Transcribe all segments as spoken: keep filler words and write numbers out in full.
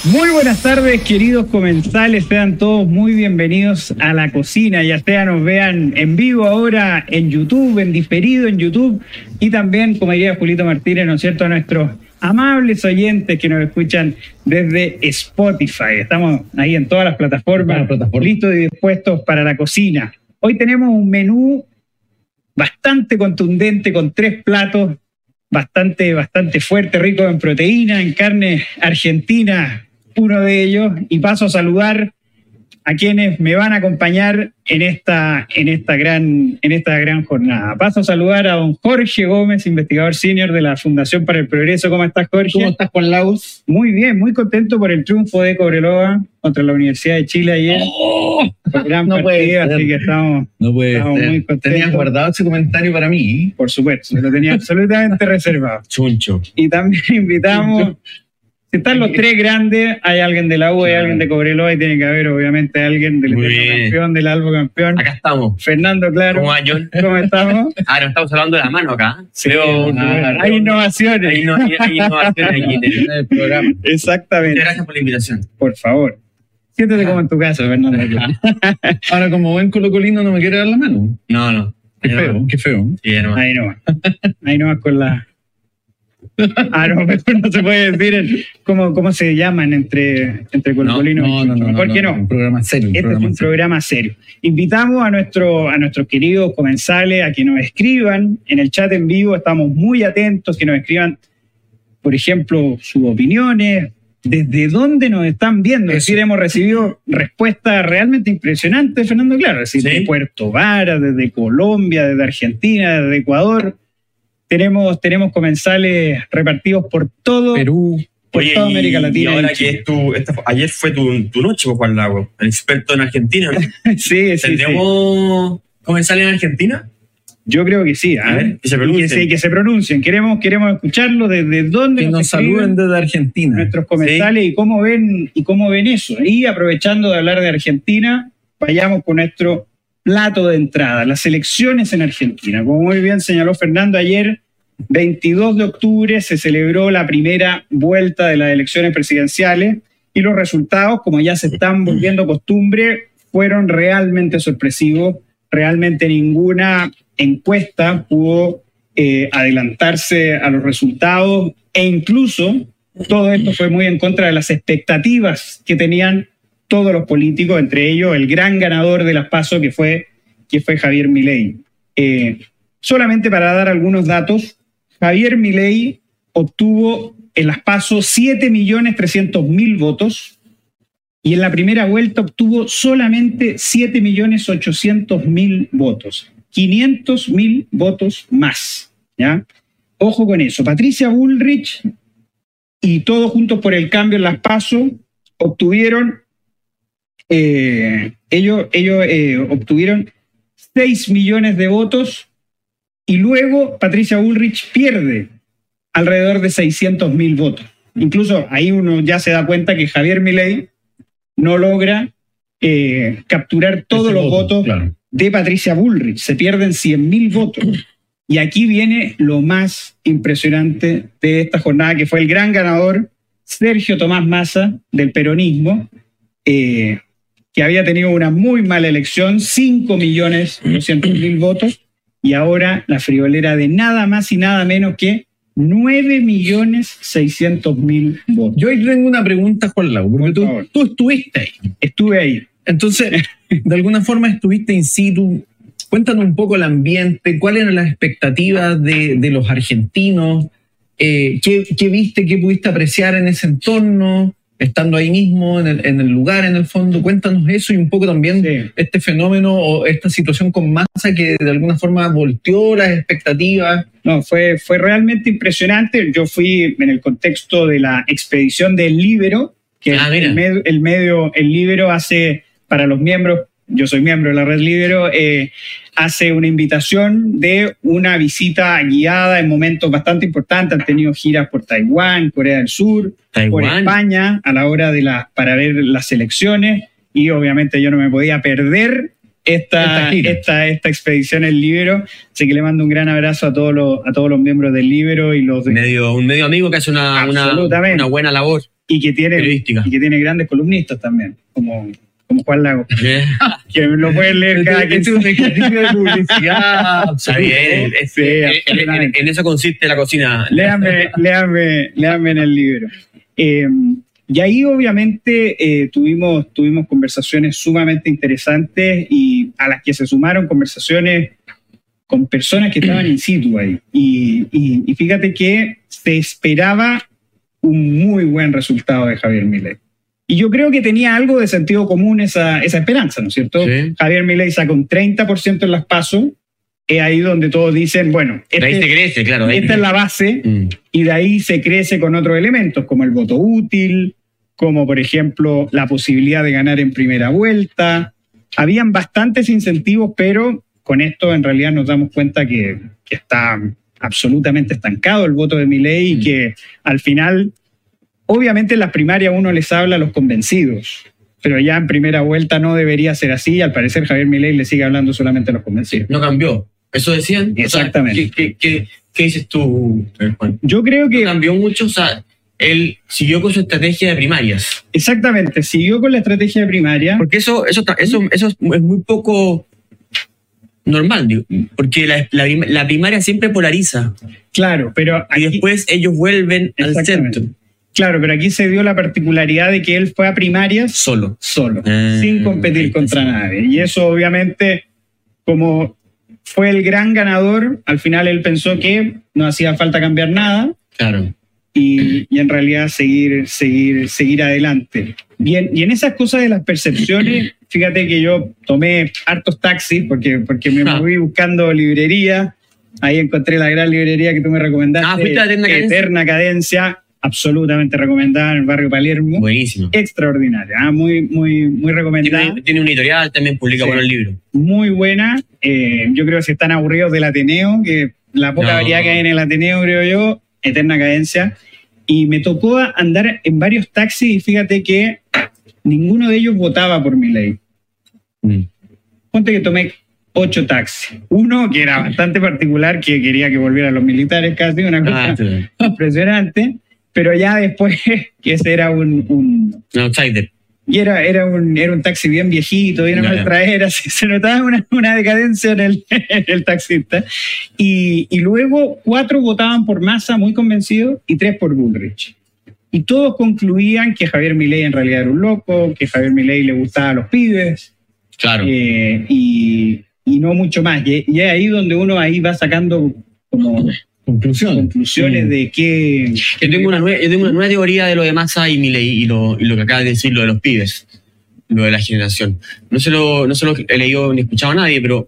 Muy buenas tardes, queridos comensales, sean todos muy bienvenidos a La Cocina, ya sea nos vean en vivo ahora en YouTube, en diferido en YouTube, y también, como diría Julito Martínez, ¿no es cierto?, a nuestros amables oyentes que nos escuchan desde Spotify. Estamos ahí en todas las plataformas, la plataforma. listos y dispuestos para La Cocina. Hoy tenemos un menú bastante contundente con tres platos, bastante, bastante fuerte, rico en proteína, en carne argentina, uno de ellos, y paso a saludar a quienes me van a acompañar en esta, en esta, gran, en esta gran jornada. Paso a saludar a don Jorge Gómez, investigador senior de la Fundación para el Progreso. ¿Cómo estás, Jorge? ¿Cómo estás, Juan Laus? Muy bien, muy contento por el triunfo de Cobreloa contra la Universidad de Chile ayer. ¡Oh! Gran No puede partido, ser. así que estamos, No puede estamos ser. muy contentos. Tenías guardado ese comentario para mí. Por supuesto, lo tenía absolutamente reservado. Chuncho. Y también invitamos, si están los tres grandes, hay alguien de la U, hay alguien de Cobreloa y tiene que haber obviamente alguien del Muy eterno bien. campeón, del Albo campeón. Acá estamos. Fernando, claro. ¿Cómo va, John? ¿Cómo estamos? Ah, nos estamos hablando de la mano acá. Sí, Creo- ah, hay innovaciones. Hay, no, hay, hay innovaciones aquí. En el programa. Exactamente. Muchas gracias por la invitación. Por favor. Siéntete como en tu casa, Fernando. Ahora, como buen colocolino, no me quiere dar la mano. No, no. Qué Ahí feo, no. qué feo. Sí, no. Ahí nomás. Ahí nomás con la... Ah, no, mejor no se puede decir el- cómo, cómo se llaman entre, entre colocolinos. No, no, no. Mejor no, que no. no. Un programa serio. Un Este es programa un serio. programa serio. Invitamos a, nuestro, a nuestros queridos comensales a que nos escriban en el chat en vivo. Estamos muy atentos, que nos escriban, por ejemplo, sus opiniones, desde dónde nos están viendo. Es decir, hemos recibido respuestas realmente impresionantes, Fernando, claro. Es decir, Sí. de Puerto Vara, desde Colombia, desde Argentina, desde Ecuador. Tenemos, tenemos comensales repartidos por todo, Perú. por Oye, toda América y- Latina. Y y ahora que Chile. es tu, esta, ayer fue tu, tu noche, pues, Juan Lago, el experto en Argentina. ¿no? Sí, sí, sí. ¿Tendremos comenzar en Argentina? Yo creo que sí. ¿eh? A ver, que se Y pronuncien. que se, que se pronuncien. Queremos, queremos escucharlo desde dónde Que nos escriben saluden desde Argentina. nuestros comensales y cómo ven y cómo ven eso. Y aprovechando de hablar de Argentina, vayamos con nuestro plato de entrada, las elecciones en Argentina. Como muy bien señaló Fernando, ayer, veintidós de octubre, se celebró la primera vuelta de las elecciones presidenciales y los resultados, como ya se están volviendo costumbre, fueron realmente sorpresivos. Realmente ninguna encuesta pudo eh, adelantarse a los resultados e incluso todo esto fue muy en contra de las expectativas que tenían todos los políticos, entre ellos el gran ganador de las PASO que fue, que fue Javier Milei. Eh, solamente para dar algunos datos, Javier Milei obtuvo en las PASO siete millones trescientos mil votos y en la primera vuelta obtuvo solamente siete millones ochocientos mil votos. quinientos mil votos más. ¿Ya? Ojo con eso. Patricia Bullrich y Todos Juntos por el Cambio en las PASO obtuvieron, eh, ellos, ellos eh, obtuvieron seis millones de votos y luego Patricia Bullrich pierde alrededor de seiscientos mil votos. Incluso ahí uno ya se da cuenta que Javier Milei no logra eh, capturar todos Ese los voto, votos claro. de Patricia Bullrich. Se pierden cien mil votos. Y aquí viene lo más impresionante de esta jornada, que fue el gran ganador, Sergio Tomás Massa, del peronismo, eh, que había tenido una muy mala elección, cinco millones doscientos mil votos, y ahora la friolera de nada más y nada menos que nueve millones seiscientos mil votos. Yo ahí tengo una pregunta, Juan Lau, porque Por tú, favor. tú estuviste ahí. Estuve ahí. Entonces, de alguna forma estuviste in situ. Cuéntanos un poco el ambiente, cuáles eran las expectativas de, de los argentinos, eh, ¿qué, qué viste, qué pudiste apreciar en ese entorno, estando ahí mismo, en el, en el lugar, en el fondo. Cuéntanos eso y un poco también Sí. este Fenómeno o esta situación con Massa que de alguna forma volteó las expectativas. No, fue, fue realmente impresionante. Yo fui en el contexto de la expedición del Líbero, que Ah, el, mira. med- el medio, el Líbero hace para los miembros, yo soy miembro de la red Líbero, eh, hace una invitación de una visita guiada en momentos bastante importantes. Han tenido giras por Taiwán, Corea del Sur, por Taiwán. España a la hora de la, para ver las elecciones, y obviamente yo no me podía perder esta, Esta gira. esta, esta expedición en Líbero, así que le mando un gran abrazo a todos los, a todos los miembros del Líbero y los de, Medio, un medio amigo que hace una, una, Absolutamente. una buena labor. y que tiene, Periodística. y que tiene grandes columnistas también, como, como Juan Lago, que lo pueden leer cada Este es quince un ejercicio de publicidad. Está bien, es- Sí, en, en- absolutamente. en eso consiste la cocina. Léanme, léanme, léanme en el libro. Eh, y ahí obviamente eh, tuvimos, tuvimos conversaciones sumamente interesantes y a las que se sumaron conversaciones con personas que estaban in situ ahí. Y, y- y fíjate que se esperaba un muy buen resultado de Javier Milei. Y yo creo que tenía algo de sentido común esa, esa esperanza, ¿no es cierto? Sí. Javier Milei saca un treinta por ciento en las PASO, es ahí donde todos dicen, bueno, De ahí este- se crece, claro. de ahí- esta es la base, Mm. y de ahí se crece con otros elementos, como el voto útil, como por ejemplo la posibilidad de ganar en primera vuelta. Habían bastantes incentivos, pero con esto en realidad nos damos cuenta que, que está absolutamente estancado el voto de Milei y Mm. que al final, obviamente en las primarias uno les habla a los convencidos, pero ya en primera vuelta no debería ser así. Al parecer Javier Milei le sigue hablando solamente a los convencidos. No cambió. Eso decían. O sea, Exactamente. ¿qué, qué, qué, qué dices tú, Juan? Yo creo No que cambió mucho, o sea, él siguió con su estrategia de primarias. exactamente siguió con la estrategia de primaria. Porque eso, eso, ta- eso, eso es muy poco normal, digo, porque la, la, prim- la primaria siempre polariza Claro, pero y aquí, después ellos vuelven al Exactamente. centro claro, pero aquí se dio la particularidad de que él fue a primarias solo. solo, Ah, sin competir contra sí. nadie. Y eso obviamente, como fue el gran ganador, al final él pensó que no hacía falta cambiar nada Claro. y, y en realidad seguir, seguir, seguir adelante. Bien, y en esas cosas de las percepciones, fíjate que yo tomé hartos taxis porque, porque me Ah. moví buscando librería. Ahí encontré la gran librería que tú me recomendaste, Ah, ¿fuiste a Eterna Cadencia? Eterna Cadencia, absolutamente recomendada en el barrio Palermo. Buenísimo. Extraordinaria, ah, muy, muy, muy recomendada, Tiene, tiene un editorial, también publica Sí. buenos libros. muy buena. Eh, yo creo que si están aburridos del Ateneo, que la poca No. variedad que hay en el Ateneo, creo yo, Eterna Cadencia. Y me tocó andar en varios taxis y fíjate que ninguno de ellos votaba por mi ley. Mm. Ponte que tomé ocho taxis. Uno que era bastante particular, que quería que volvieran los militares casi, una cosa Ah, sí. impresionante. Pero ya después, que ese era un, un Un outsider. y era, era, un, era un taxi bien viejito, bien a Ya, ya. mal traer, así se notaba una, una decadencia en el, en el taxista. Y, y luego cuatro votaban por Massa, muy convencidos, y tres por Bullrich. Y todos concluían que Javier Milei en realidad era un loco, que Javier Milei le gustaba a los pibes, Claro. eh, y, y no mucho más. Y, y es ahí donde uno ahí va sacando como Conclusión. conclusiones Mm. de qué... Yo tengo una nueva, yo tengo una nueva teoría de lo de Massa y Milei y lo, y lo que acaba de decir, lo de los pibes, lo de la generación. No se lo, no se lo he leído ni escuchado a nadie, pero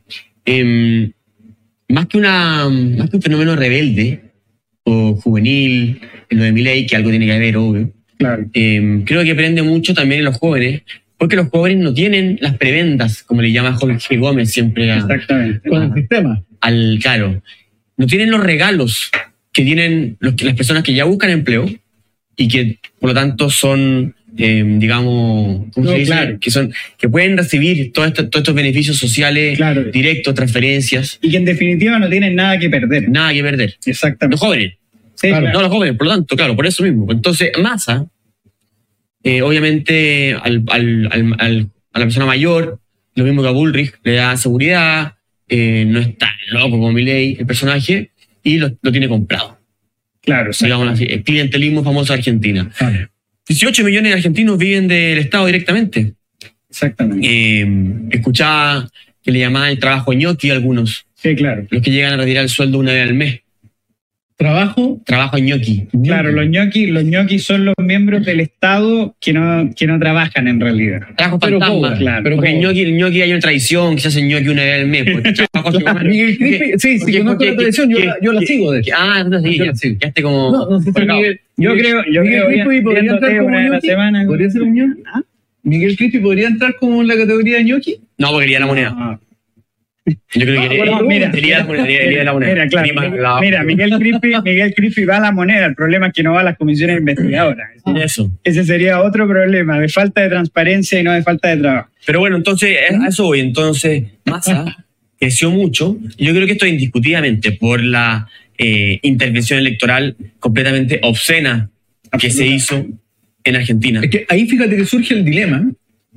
em, más que una más que un fenómeno rebelde o juvenil, en lo de Milei, que algo tiene que ver, obvio, Claro. em, creo que prende mucho también en los jóvenes, porque los jóvenes no tienen las prebendas, como le llama Jorge Gómez siempre a, Exactamente. Con el sistema. al claro, no tienen los regalos que tienen los, que- las personas que ya buscan empleo y que por lo tanto son, eh, digamos, ¿cómo No, se dice? claro. Que son, que pueden recibir todos estos, todos estos beneficios sociales Claro. directos, transferencias, Y que en definitiva no tienen nada que perder. nada que perder. Exactamente. Los jóvenes, Sí, Claro. claro. no los jóvenes, por lo tanto, claro, por eso mismo. Entonces, Massa, eh, obviamente, al, al- al- al- a la persona mayor, lo mismo que a Bullrich, le da seguridad, eh, no es tan loco como Milei, el personaje, y lo, lo tiene comprado. Claro, Digamos así, el clientelismo famoso de Argentina. Vale. dieciocho millones de argentinos viven del Estado directamente. exactamente. Eh, escuchaba que le llamaban el trabajo ñoqui a algunos, Sí, claro. los que llegan a retirar el sueldo una vez al mes. Trabajo. Trabajo ñoqui. Claro, los ñoquis, los ñoquis son los miembros del Estado que no, que no trabajan en realidad. Trabajo Pero fantasma. cobra, claro. pero Porque el cobra. ñoqui, el ñoqui hay una tradición que se hace ñoqui una vez al mes. Porque trabajo Claro, Miguel Crispi, sí, sí, porque- conozco porque- la tradición, yo, que- la, yo la que- sigo, de hecho. Ah, no, sí, Yo ya, la sigo. quedaste como. No, no sé si colgado. Miguel, Yo Miguel- creo, yo Miguel creo Crispi vi- podría viéndote entrar como una de la ñoqui. semana. ¿Podría ser un ñoqui? ¿Ah? Miguel Crispi podría entrar como en la categoría de ñoqui. No, porque quería la moneda. No. Yo creo que Ah, quería, bueno, mira, quería la moneda. Quería la moneda. Mira, claro, Prima, Miguel- la- mira, Miguel Crispi, Miguel Crispi va a la moneda, el problema es que no va a las comisiones investigadoras. Eso. Ese sería otro problema, de falta de transparencia y no de falta de trabajo. Pero bueno, entonces, a eso voy. Entonces, Massa creció mucho. Y yo creo que esto indiscutidamente por la eh, intervención electoral completamente obscena que se hizo en Argentina. Es que ahí fíjate que surge el dilema.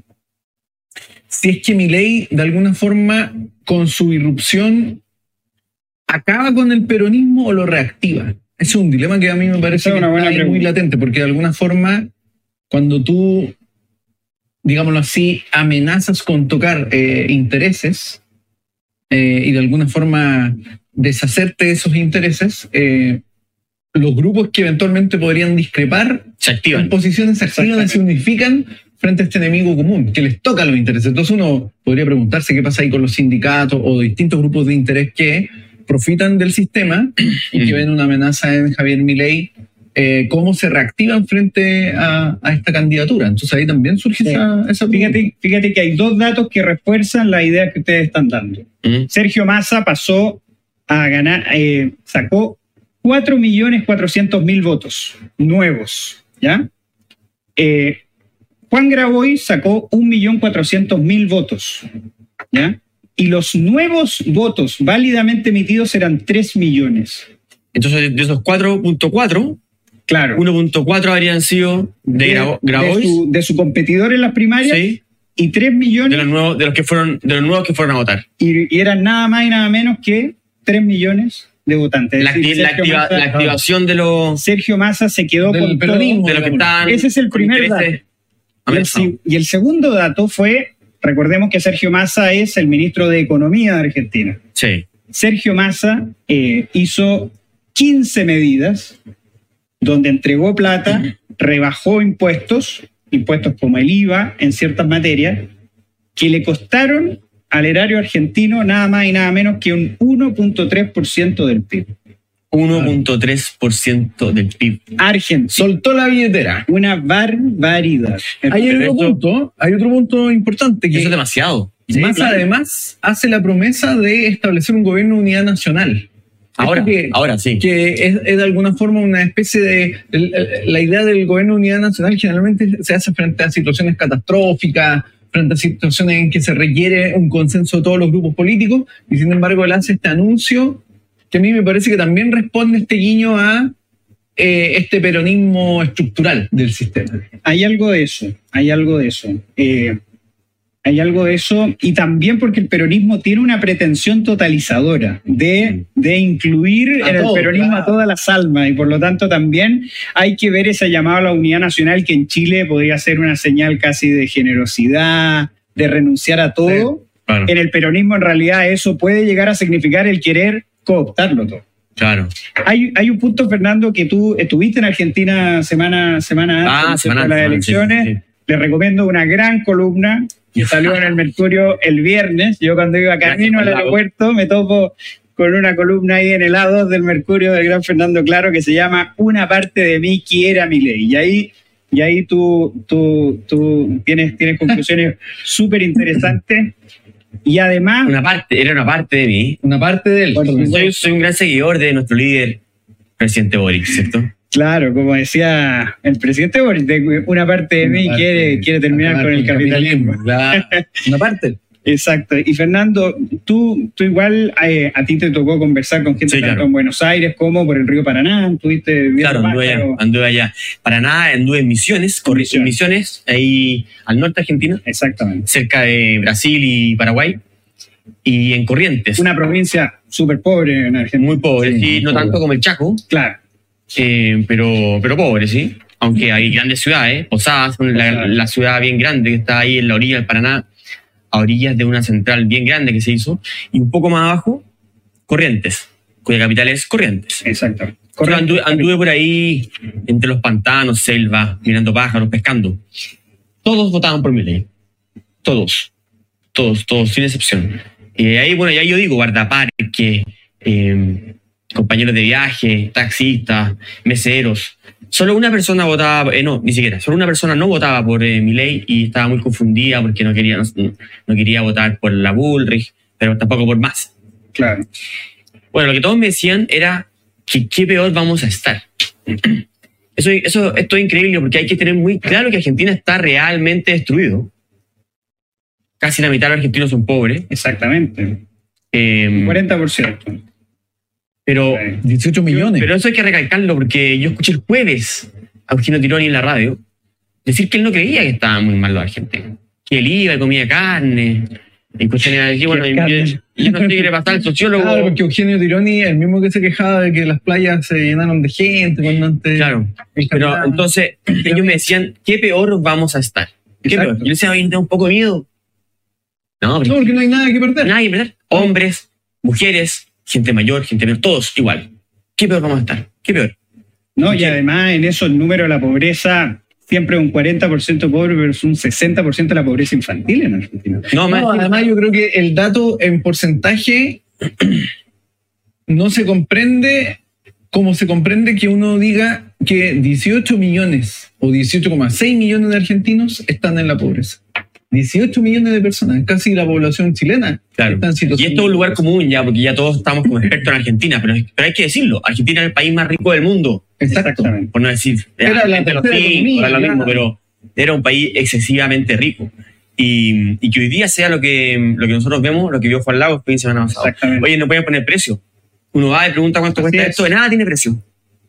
Si es que Milei, de alguna forma, con su irrupción, acaba con el peronismo o lo reactiva. Ese es un dilema que a mí me parece que una buena está ahí muy pregunta. latente, porque de alguna forma, cuando tú, digámoslo así, amenazas con tocar eh, intereses eh, y de alguna forma deshacerte de esos intereses, eh, los grupos que eventualmente podrían discrepar Se en activan. posiciones se activan y se unifican frente a este enemigo común, que les toca los intereses. Entonces uno podría preguntarse qué pasa ahí con los sindicatos o distintos grupos de interés que profitan del sistema y que ven una amenaza en Javier Milei, eh, cómo se reactivan frente a, a esta candidatura. Entonces ahí también surge Sí. esa, esa pregunta. Fíjate, fíjate que hay dos datos que refuerzan la idea que ustedes están dando. Mm. Sergio Massa pasó a ganar, eh, sacó cuatro millones cuatrocientos mil votos nuevos, ¿ya? Eh, Juan Graboy sacó un millón cuatrocientos mil votos, ¿ya? Y los nuevos votos válidamente emitidos eran tres millones. Entonces, de esos cuatro punto cuatro, Claro. uno punto cuatro habrían sido de, Grabo- de, Grabois, su, de su competidor en las primarias, sí, y tres de millones, los nuevos, de los que fueron, de los nuevos que fueron a votar. y, y eran nada más y nada menos que tres millones de votantes. Es La, decir, acti- la Sergio activa- Massa- la activación de los, Sergio Massa se quedó Del con peronismo. todo. de los que estaban. Ese es el con primer intereses dato. Y el, amenazados. si- y el segundo dato fue, recordemos que Sergio Massa es el ministro de Economía de Argentina. Sí. Sergio Massa eh, hizo quince medidas donde entregó plata, rebajó impuestos, impuestos como el I V A en ciertas materias, que le costaron al erario argentino nada más y nada menos que un uno punto tres por ciento del P I B. uno punto tres por ciento del P I B. Argentina. Soltó la billetera. Una barbaridad. Hay Pero otro esto- punto, hay otro punto importante que Eso es demasiado. Sí, Massa claro. además hace la promesa de establecer un gobierno de unidad nacional. Ahora, Esto que, ahora sí. que es, es de alguna forma una especie de... el- el- la idea del gobierno de unidad nacional generalmente se hace frente a situaciones catastróficas, frente a situaciones en que se requiere un consenso de todos los grupos políticos, y sin embargo él hace este anuncio que a mí me parece que también responde este guiño a eh, este peronismo estructural del sistema. Hay algo de eso, hay algo de eso. Eh, hay algo de eso, y también porque el peronismo tiene una pretensión totalizadora de, de incluir A en todo, el peronismo claro. a todas las almas, y por lo tanto también hay que ver esa llamada a la unidad nacional, que en Chile podría ser una señal casi de generosidad, de renunciar a todo. Claro, En el peronismo en realidad eso puede llegar a significar el querer cooptarlo todo. claro. Hay, hay un punto, Fernando, que tú estuviste en Argentina semana, semana Ah, antes semana de las antes, elecciones. sí, sí. Les recomiendo una gran columna que salió en el Mercurio el viernes. Yo cuando iba camino al Gracias, aeropuerto me topo con una columna ahí en el A dos del Mercurio del gran Fernando Claro que se llama Una parte de mí quiere a Milei. Y ahí, y ahí tú, tú, tú tienes, tienes conclusiones súper interesantes. Y además... Una parte, era una parte de mí. Una parte de él. Por supuesto. Soy, soy un gran seguidor de nuestro líder, presidente Boric, ¿cierto? Claro, como decía el presidente Boric, de una parte de mí Una parte- quiere, quiere terminar una con el parte del capitalismo. Claro. Una parte. Exacto. Y Fernando, tú, tú igual, eh, a ti te tocó conversar con gente Sí, tanto claro. en Buenos Aires como por el río Paraná. Estuviste viendo Claro, anduve allá, pájaros. anduve allá. Para nada, anduve en Misiones, corrí Misiones. en Misiones, ahí al norte de Argentina, Exactamente. cerca de Brasil y Paraguay, y en Corrientes. Una provincia súper pobre en Argentina. Muy pobre, Sí, sí, muy no pobre. tanto como el Chaco, Claro. eh, pero, pero pobre, sí. Aunque hay grandes ciudades, Posadas, la, Posadas. la ciudad bien grande que está ahí en la orilla del Paraná, a orillas de una central bien grande que se hizo, y un poco más abajo, Corrientes, cuya capital es Corrientes. Exacto. Yo Correcto. anduve, anduve por ahí, entre los pantanos, selva, mirando pájaros, pescando. Todos votaban por Milei. Todos. Todos, todos, sin excepción. Y ahí, bueno, ya yo digo, guardaparque, eh, compañeros de viaje, taxistas, meseros. Solo una persona votaba, eh, no, ni siquiera, solo una persona no votaba por eh, Milei y estaba muy confundida porque no quería, no, no quería votar por la Bullrich, pero tampoco por Massa. Claro. Bueno, lo que todos me decían era que qué peor vamos a estar. Eso, eso, esto es increíble porque hay que tener muy claro que Argentina está realmente destruido. Casi la mitad de los argentinos son pobres. Exactamente. Eh, cuarenta por ciento. pero, dieciocho millones. pero eso hay que recalcarlo porque yo escuché el jueves a Eugenio Tironi en la radio decir que él no creía que estaban muy mal los argentinos. Que él iba y comía carne. Y cuestiones así, bueno, yo, yo no sé qué le pasaba al sociólogo. Claro, porque Eugenio Tironi, el mismo que se quejaba de que las playas se llenaron de gente cuando antes. Claro. Pero entonces, ellos me decían, ¿qué peor vamos a estar? ¿Qué peor? Yo decía, oye, tengo un poco de miedo. No, no, porque no hay nada que perder. Nada que perder. Hombres, mujeres, gente mayor, gente menor, todos igual. ¿Qué peor vamos a estar? ¿Qué peor? No, y además en esos números la pobreza siempre un cuarenta por ciento pobre, pero es un sesenta por ciento de la pobreza infantil en Argentina. No, no, además yo creo que el dato en porcentaje no se comprende como se comprende que uno diga que dieciocho millones o dieciocho coma seis millones de argentinos están en la pobreza. dieciocho millones de personas, casi la población chilena. Claro. Está en situación y esto es un lugar común ya, porque ya todos estamos como expertos en Argentina, pero, pero hay que decirlo, Argentina es el país más rico del mundo. Exacto. Por no decir, era, la los cinco, era lo mismo, pero era un país excesivamente rico. Y, y que hoy día sea lo que, lo que nosotros vemos, lo que vio Juan Lagos fin de semana pasado. Oye, no pueden poner precio. Uno va y pregunta cuánto Así cuesta es. esto, de nada tiene precio.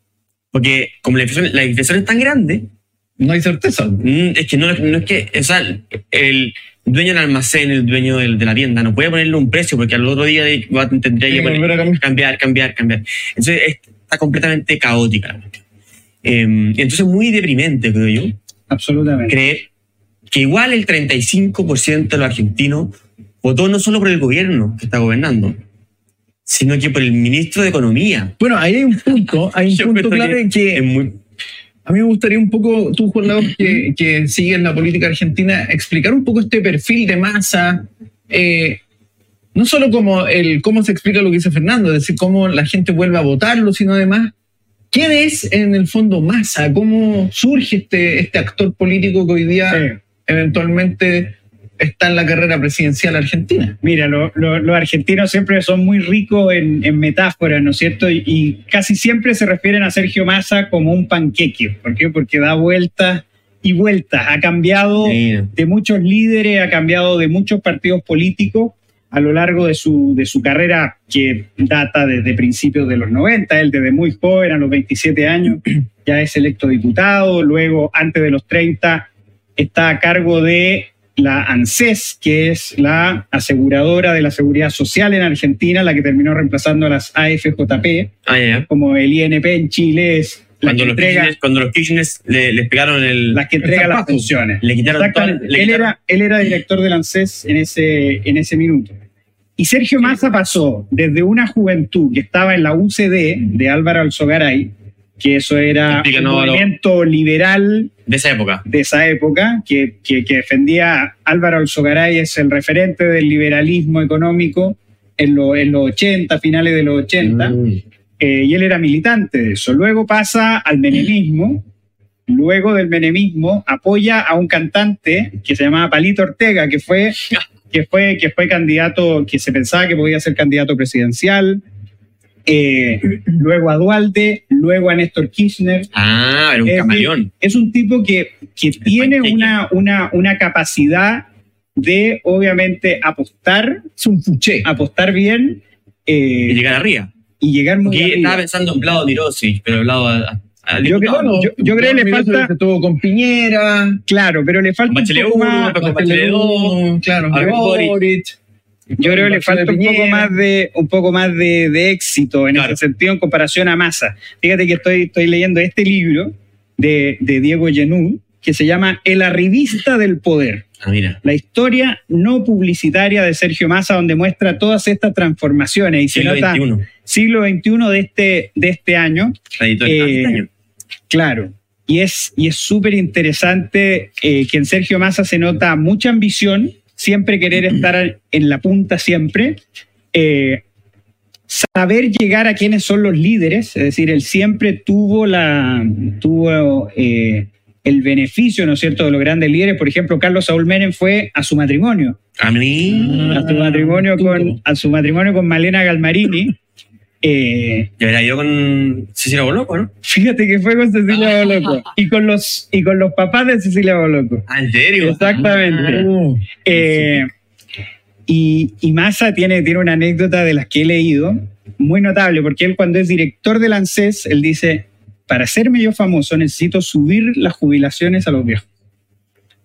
Porque como la inflación, la inflación es tan grande, no hay certeza. Es que no, no es que, o sea, el dueño del almacén, el dueño de, de la tienda, no puede ponerle un precio porque al otro día va, tendría que poner, cambiar. cambiar, cambiar, cambiar. Entonces está completamente caótica. Eh, entonces es muy deprimente, creo yo. Absolutamente. Creer que igual el treinta y cinco por ciento de los argentinos votó no solo por el gobierno que está gobernando, sino que por el ministro de Economía. Bueno, ahí hay un punto, hay un punto clave que... que... Es muy, A mí me gustaría un poco, tú, Juan Lagos, que, que sigues la política argentina, explicar un poco este perfil de Massa, eh, no solo como el cómo se explica lo que dice Fernando, es decir, cómo la gente vuelve a votarlo, sino además, ¿quién es en el fondo Massa? ¿Cómo surge este, este actor político que hoy día sí. eventualmente está en la carrera presidencial argentina? Mira, lo, lo, los argentinos siempre son muy ricos en, en metáforas, ¿no es cierto? Y, y casi siempre se refieren a Sergio Massa como un panqueque. ¿Por qué? Porque da vueltas y vueltas. Ha cambiado sí. de muchos líderes, ha cambiado de muchos partidos políticos a lo largo de su, de su carrera, que data desde principios de los noventa. Él desde muy joven, a los veintisiete años, ya es electo diputado. Luego, antes de los treinta, está a cargo de la ANSES, que es la aseguradora de la seguridad social en Argentina, la que terminó reemplazando a las A F J P, ah, yeah. como el I N P en Chile es la cuando, que los entrega, Kirchner, cuando los Kirchner le, les pegaron el... las que entrega las pensiones. Le quitaron todo, le él, quitaron. Era, él era director de la ANSES en ese, en ese minuto. Y Sergio Massa pasó desde una juventud que estaba en la U C D de Álvaro Alzogaray, que eso era Explica, un no, movimiento no. liberal de esa época, de esa época que, que, que defendía Álvaro Alzogaray, es el referente del liberalismo económico en, lo, en los ochenta, finales de los ochenta, mm. eh, y él era militante de eso. Luego pasa al menemismo, luego del menemismo apoya a un cantante que se llamaba Palito Ortega, que fue, que fue, que fue candidato, que se pensaba que podía ser candidato presidencial. Eh, luego a Dualde, luego a Néstor Kirchner. Ah, era un es, camaleón. Es un tipo que, que tiene una, una, una capacidad de, obviamente, apostar. Es un fuché. Apostar bien. Eh, y llegar arriba. Y llegar muy Porque arriba. Estaba pensando en Vlado Mirosic, pero Vlado a, a yo, creo, no, yo, yo creo que le falta. Estuvo con Piñera. Claro, pero le falta Bachelet un poco uno, más. Bachelet dos, claro. Boric. Yo creo que le falta un poco más de un poco más de, de éxito en claro. ese sentido en comparación a Massa. Fíjate que estoy, estoy leyendo este libro de, de Diego Genú que se llama El arribista del poder. Ah, mira. La historia no publicitaria de Sergio Massa, donde muestra todas estas transformaciones. Y siglo se nota veintiuno. Siglo veintiuno de este, de este año. La editorial eh, de este año. Claro. Y es y es súper interesante eh, que en Sergio Massa se nota mucha ambición, siempre querer estar en la punta siempre, eh, saber llegar a quiénes son los líderes, es decir, él siempre tuvo, la, tuvo eh, el beneficio, ¿no es cierto?, de los grandes líderes. Por ejemplo, Carlos Saúl Menem fue a su matrimonio. A mí. A su matrimonio con, a su matrimonio con Malena Galmarini. Eh, ya era yo con Cecilia Boloco, ¿no? Fíjate que fue con Cecilia Boloco y con los y con los papás de Cecilia Boloco. ¿Ah, en serio? Exactamente. Uh, eh, y, y Massa tiene, tiene una anécdota de las que he leído muy notable, porque él, cuando es director del ANSES, él dice: para hacerme yo famoso necesito subir las jubilaciones a los viejos.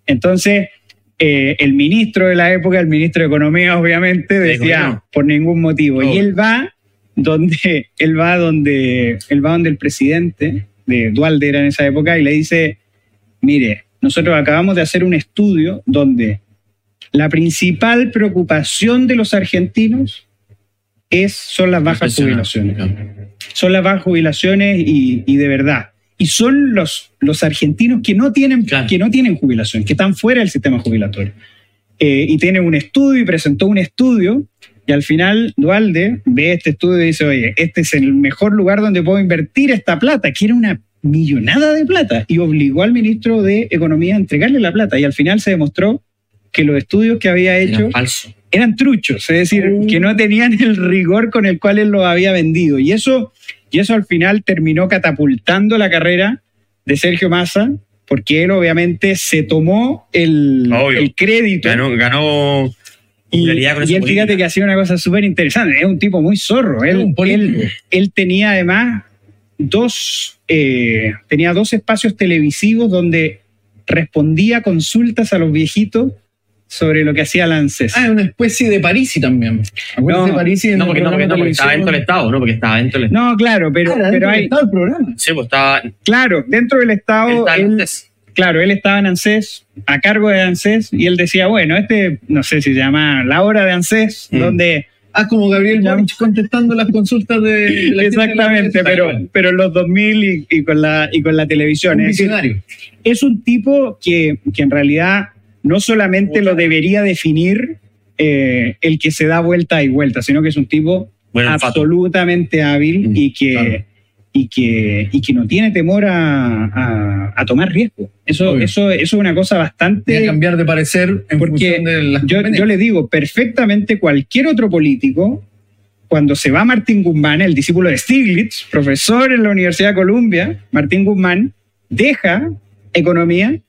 Entonces, eh, el ministro de la época, el ministro de Economía, obviamente, decía no. por ningún motivo. No. Y él va donde, él va donde, él va donde el presidente de Duhalde era en esa época y le dice, mire, nosotros acabamos de hacer un estudio donde la principal preocupación de los argentinos es, son las bajas jubilaciones. Son las bajas jubilaciones y, y de verdad. Y son los, los argentinos que no, tienen, Claro. que no tienen jubilación, que están fuera del sistema jubilatorio. Eh, y tiene un estudio y presentó un estudio y al final Duhalde ve este estudio y dice, oye, este es el mejor lugar donde puedo invertir esta plata, que era una millonada de plata, y obligó al ministro de Economía a entregarle la plata y al final se demostró que los estudios que había hecho Era falso. eran truchos, es decir, Oh. que no tenían el rigor con el cual él los había vendido. Y eso, y eso al final terminó catapultando la carrera de Sergio Massa, porque él obviamente se tomó el, Obvio. el crédito. Ganó, ganó Y, popularidad con y esa él, política. fíjate que hacía una cosa súper interesante. Es un tipo muy zorro. Es Él, un político. él, él tenía además dos, eh, tenía dos espacios televisivos donde respondía consultas a los viejitos sobre lo que hacía la ANSES. Ah, es una especie de Parisi también. Acuérdate No, de Parisi en No, el porque, no, porque, programa no, de porque estaba dentro del televisión. Estado, ¿no? Porque estaba dentro del Estado. No, claro, pero, Ah, era pero dentro del hay, Estado el programa. Sí, pues estaba. claro, dentro del él Estado, estaba él, antes. claro, él estaba en ANSES, a cargo de ANSES, y él decía, bueno, este, no sé si se llama La Hora de ANSES, Mm. donde Ah, como Gabriel Ya. Boric contestando las consultas de, de la gente de la exactamente, universidad. pero, pero en los dos mil y, y con la, y con la televisión. Un Es decir, visionario. es un tipo que, que en realidad no solamente lo debería definir eh, el que se da vuelta y vuelta, sino que es un tipo Bueno, olfato. absolutamente hábil Mm, y, que, claro. y, que, y que no tiene temor a, a, a tomar riesgo. Eso, Obvio. eso, eso es una cosa Voy a bastante... cambiar de parecer en Porque función de las Yo, yo le digo, perfectamente cualquier otro político, cuando se va Martín Guzmán, el discípulo de Stiglitz, profesor en la Universidad de Columbia, Martín Guzmán, deja economía.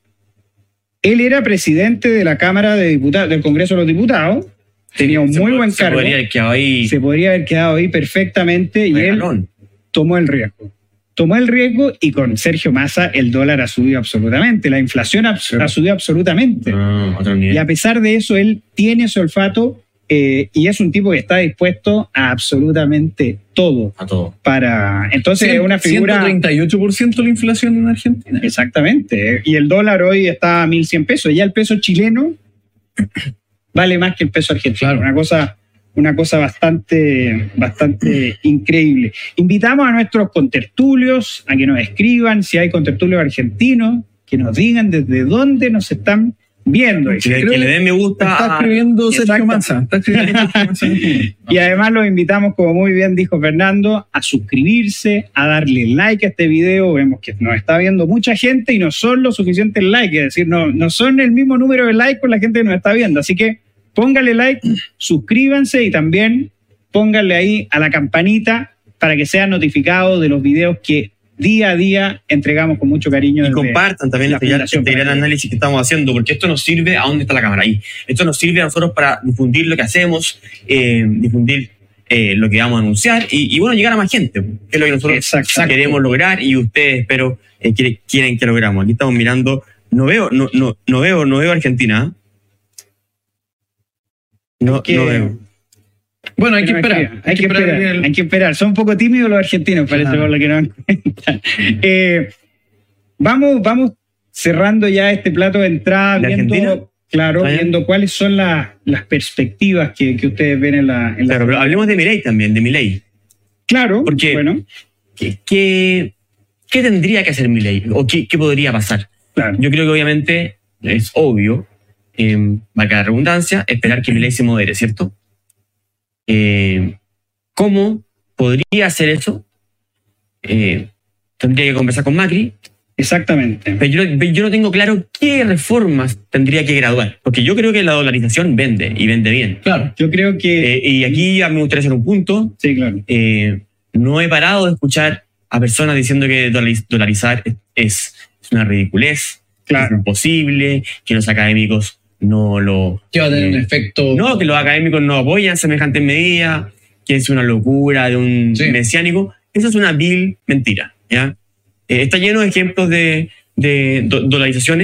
Él era presidente de la Cámara de Diputados, del Congreso de los Diputados, tenía un Se muy po- buen se cargo, podría haber quedado ahí. se podría haber quedado ahí perfectamente y él regalón. tomó el riesgo. Tomó el riesgo y con Sergio Massa el dólar ha subido absolutamente, la inflación ha, ha subido absolutamente. No, otro nivel. Y a pesar de eso, él tiene su olfato eh, y es un tipo que está dispuesto a absolutamente todo A todo. para... Entonces es una figura... ciento treinta y ocho por ciento la inflación en Argentina. Exactamente. eh, Y el dólar hoy está a mil cien pesos. Ya el peso chileno vale más que el peso argentino. Claro. Una cosa, una cosa bastante, bastante increíble. Invitamos a nuestros contertulios a que nos escriban si hay contertulios argentinos, que nos digan desde dónde nos están viendo. Y Que, creo que le que den me gusta. Está a- escribiendo Sergio Exacto. Massa. Está escribiendo Sergio Massa. Y además los invitamos, como muy bien dijo Fernando, a suscribirse, a darle like a este video. Vemos que nos está viendo mucha gente y no son los suficientes likes, es decir, no, no son el mismo número de likes con la gente que nos está viendo. Así que pónganle like, suscríbanse y también pónganle ahí a la campanita para que sean notificados de los videos que día a día entregamos con mucho cariño. Y desde compartan también la este, gran- Fundación este gran para- análisis que estamos haciendo, porque esto nos sirve a dónde está la cámara ahí. Esto nos sirve a nosotros para difundir lo que hacemos, eh, difundir eh, lo que vamos a anunciar y, y, bueno, llegar a más gente, que es lo que nosotros Exacto. queremos lograr y ustedes, espero, eh, quieren, quieren que logramos. Aquí estamos mirando, no veo, no, no, no veo, no veo Argentina. No, Que- no veo. Bueno, hay que Pero esperar. Hay que esperar, el- hay que esperar. Son un poco tímidos los argentinos, parece, Claro. por lo que nos cuentan. Eh, vamos, vamos cerrando ya este plato de entrada, ¿De viendo, Argentina? claro, Ah, ya. viendo cuáles son las, las perspectivas que, que ustedes ven en la... En la- Claro, pero hablemos de Milei también, de Milei. Claro, porque- bueno, ¿Qué, qué, qué tendría que hacer Milei? ¿O qué, qué podría pasar? claro. Yo creo que obviamente es obvio, eh, valga la redundancia, esperar que Milei se modere, ¿cierto? Eh, ¿Cómo podría hacer eso? Eh, tendría que conversar con Macri, Exactamente. pero yo, pero yo no tengo claro qué reformas tendría que graduar, porque yo creo que la dolarización vende y vende bien. Claro. Yo creo que... Eh, y aquí ya me gustaría hacer un punto. sí, claro. Eh, no he parado de escuchar a personas diciendo que dolariz- dolarizar es, es una ridiculez, que es Claro. imposible, que los académicos no lo... Que va a tener un eh, efecto. No, que los académicos no apoyan semejantes medidas, que es una locura de un Sí. mesiánico. Eso es una vil mentira, ¿ya? Eh, está lleno de ejemplos de, de do- dolarizaciones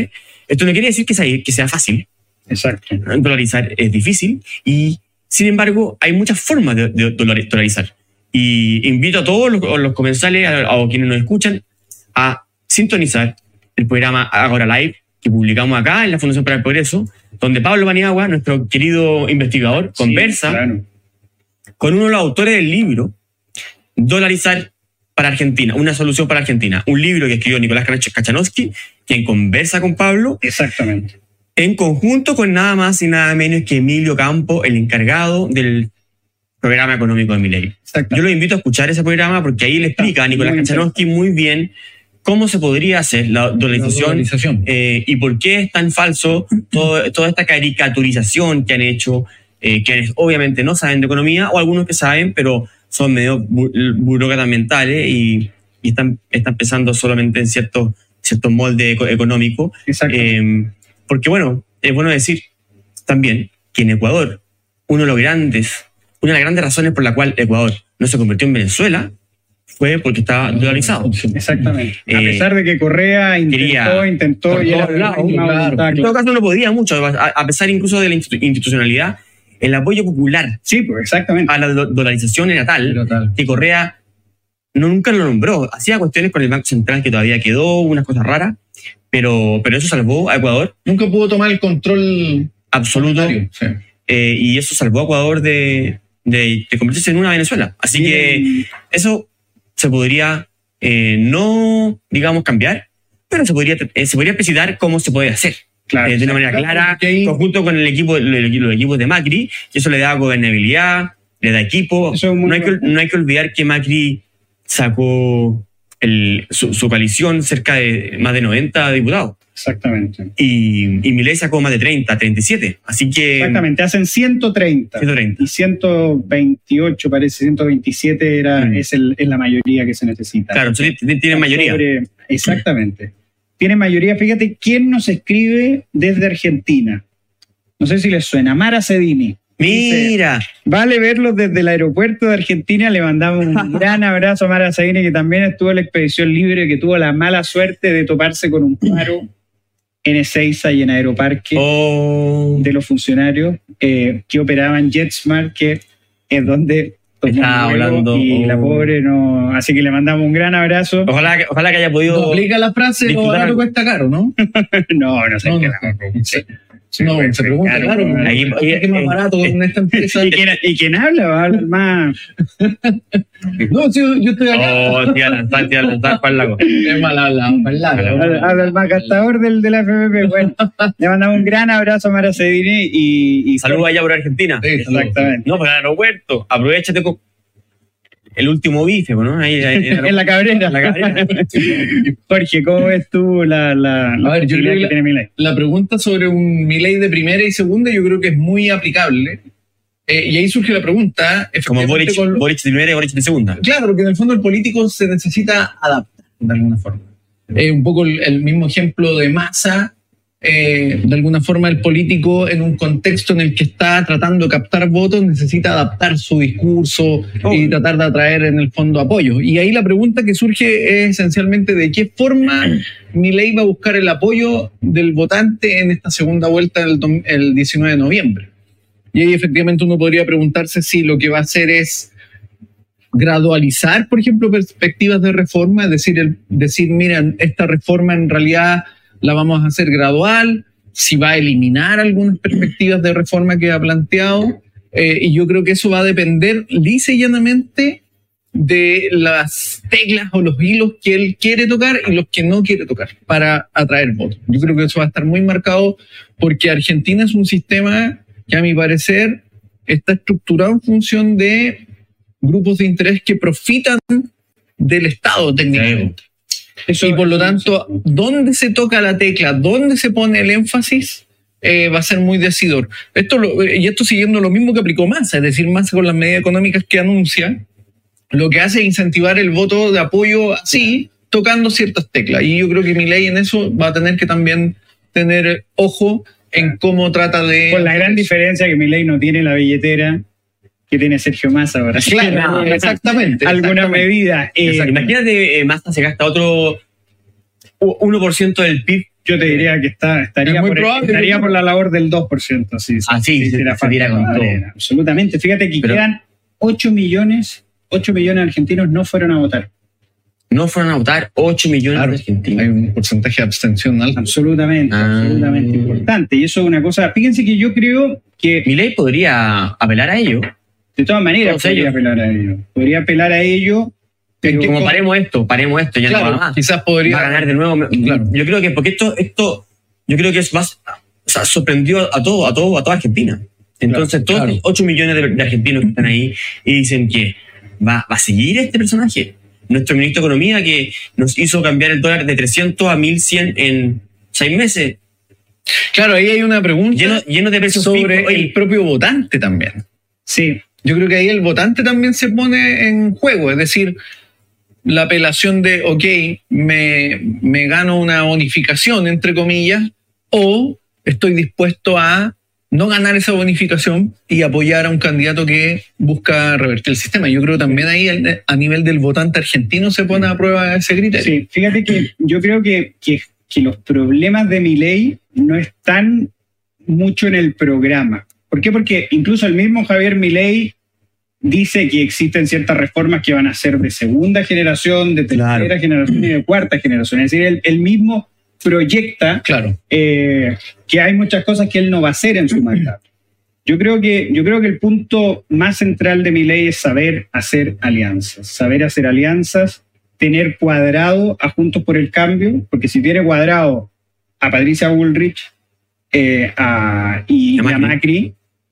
Esto no quiere decir que sea, que sea fácil. Exacto. Dolarizar es difícil y, sin embargo, hay muchas formas de, de dolarizar. Y invito a todos los, los comensales, a, a quienes nos escuchan, a sintonizar el programa Agora Live que publicamos acá en la Fundación para el Progreso, donde Pablo Paniagua, nuestro querido investigador, sí, conversa claro. con uno de los autores del libro Dolarizar para Argentina, una solución para Argentina. Un libro que escribió Nicolás Kachanowski, quien conversa con Pablo. Exactamente. En conjunto con nada más y nada menos que Emilio Campo, el encargado del programa económico de Milei. Yo los invito a escuchar ese programa porque ahí le explica a Nicolás Kachanowski muy bien cómo se podría hacer la dolarización, la dolarización. Eh, y por qué es tan falso todo, toda esta caricaturización que han hecho eh, quienes obviamente no saben de economía o algunos que saben, pero son medio burócratas mentales y, y están, están pensando solamente en ciertos ciertos moldes económicos. Eh, porque bueno, es bueno decir también que en Ecuador, uno de los grandes, una de las grandes razones por la cual Ecuador no se convirtió en Venezuela fue porque estaba dolarizado. Exactamente. A pesar de que Correa intentó, Quería, intentó y era lado, claro. En todo caso no podía mucho, a, a pesar incluso de la institucionalidad, el apoyo popular sí, pues, exactamente. a la do dolarización era tal, era tal que Correa no, nunca lo nombró. Hacía cuestiones con el Banco Central que todavía quedó, unas cosas raras, pero, pero eso salvó a Ecuador. Nunca pudo tomar el control absoluto. Sí. Eh, y eso salvó a Ecuador de, de, de convertirse en una Venezuela. Así Bien. que eso se podría eh, no, digamos, cambiar, pero se podría, eh, se podría precisar cómo se puede hacer. Claro, eh, de una manera claro, clara, okay. conjunto con el equipo, los, los equipos de Macri, y eso le da gobernabilidad, le da equipo. No hay, que, no hay que olvidar que Macri sacó el, su, su coalición cerca de más de noventa diputados. Exactamente. Y, y Milei sacó más de treinta, treinta y siete. Así que. Exactamente, hacen ciento treinta. ciento treinta. Y ciento veintiocho, parece, ciento veintisiete era, mm. es, el, es la mayoría que se necesita. Claro, tienen mayoría. Sobre, exactamente. Tiene mayoría. Fíjate, ¿quién nos escribe desde Argentina? No sé si les suena. Mara Cedini. Mira. Dice, vale verlos desde el aeropuerto de Argentina. Le mandamos un gran abrazo a Mara Cedini, que también estuvo en la Expedición Libre, que tuvo la mala suerte de toparse con un paro en Ezeiza y en Aeroparque oh. de los funcionarios eh, que operaban JetSmart, que es donde está hablando y oh. la pobre no. Así que le mandamos un gran abrazo. Ojalá que, ojalá que haya podido. No aplica la frase, lo barato cuesta caro, ¿no? no, no sé no, qué. No, no, sí. Sí, no, se pregunta, claro, claro ahí, ¿qué es más barato en esta empresa? ¿Y quién, ¿Y quién habla? Va a hablar más. No, sí, yo estoy acá. Oh, tía lanzar, tía lanzar, ¿cuál lago? Es mal hablado, mal hablado. Habla el más gastador del, de la F M P. Bueno, le mandamos un gran abrazo a Mara Cedini y. y saludos allá por Argentina. Sí, exactamente. No, para el aeropuerto. Aprovechate con el último bife, ¿no? Ahí, ahí, en la Cabrera. La Cabrera. Jorge, ¿cómo ves tú la, la, la a ver, yo creo que, que la, tiene Milei? La pregunta sobre un Milei de primera y segunda yo creo que es muy aplicable. Eh, y ahí surge la pregunta. Como Boric, con, Boric de primera y Boric de segunda. Claro, porque en el fondo el político se necesita adaptar de alguna forma. Eh, un poco el, el mismo ejemplo de Massa. Eh, de alguna forma el político en un contexto en el que está tratando de captar votos necesita adaptar su discurso oh. y tratar de atraer en el fondo apoyo. Y ahí la pregunta que surge es esencialmente de qué forma Milei va a buscar el apoyo del votante en esta segunda vuelta el, el diecinueve de noviembre. Y ahí efectivamente uno podría preguntarse si lo que va a hacer es gradualizar, por ejemplo, perspectivas de reforma, es decir, el, decir, miren, esta reforma en realidad la vamos a hacer gradual, si va a eliminar algunas perspectivas de reforma que ha planteado, eh, y yo creo que eso va a depender lisa y llanamente de las teclas o los hilos que él quiere tocar y los que no quiere tocar para atraer votos. Yo creo que eso va a estar muy marcado porque Argentina es un sistema que a mi parecer está estructurado en función de grupos de interés que profitan del Estado técnicamente. Eso, y por lo tanto, dónde se toca la tecla, dónde se pone el énfasis, eh, va a ser muy decidor. Esto lo, y esto siguiendo lo mismo que aplicó Massa, es decir, Massa con las medidas económicas que anuncia, lo que hace es incentivar el voto de apoyo así, tocando ciertas teclas. Y yo creo que Milei en eso va a tener que también tener ojo en cómo trata de... Con la gran diferencia que Milei no tiene la billetera que tiene Sergio Massa ahora. Claro, exactamente. Alguna exactamente. medida. Eh, Imagínate, eh, Massa se gasta otro uno por ciento del P I B Yo te diría que está, estaría, Es muy por, probable estaría que- por la labor del dos por ciento. Sí, Ah, sí, se- hiciera se falta tira con Varela, todo. absolutamente. Fíjate que Pero- quedan ocho millones, ocho millones de argentinos no fueron a votar. No fueron a votar ocho millones Claro, de argentinos. hay un porcentaje de abstención alto. Absolutamente, Ah. absolutamente importante. Y eso es una cosa. Fíjense que yo creo que Milei podría apelar a ello. de todas maneras Todos podría ellos. apelar a ello. Podría apelar a ello, pero Como paremos esto, paremos esto, ya no Claro, va más. quizás podría. Va a ganar de nuevo. Claro. Yo creo que, porque esto, esto, yo creo que es más, o sea, sorprendió a todo, a todo, a toda Argentina. Entonces, todos claro. los ocho millones de, de argentinos que están ahí y dicen que va, va a seguir este personaje. Nuestro ministro de Economía que nos hizo cambiar el dólar de trescientos a mil cien en seis meses, Claro, ahí hay una pregunta lleno, lleno de precios sobre fijos. Oye, el propio votante también. sí, Yo creo que ahí el votante también se pone en juego, es decir, la apelación de, ok, me, me gano una bonificación, entre comillas, o estoy dispuesto a no ganar esa bonificación y apoyar a un candidato que busca revertir el sistema. Yo creo también ahí el- a nivel del votante argentino se pone a prueba ese criterio. sí. Fíjate que yo creo que, que, que los problemas de Milei no están mucho en el programa. ¿Por qué? Porque incluso el mismo Javier Milei dice que existen ciertas reformas que van a ser de segunda generación, de tercera Claro. generación y de cuarta generación. Es decir, él, él mismo proyecta Claro. eh, que hay muchas cosas que él no va a hacer en su mandato. Yo creo que, yo creo que el punto más central de Milei es saber hacer alianzas, saber hacer alianzas, tener cuadrado a Juntos por el Cambio, porque si tiene cuadrado a Patricia Bullrich eh, a, y, A y a Macri. Macri,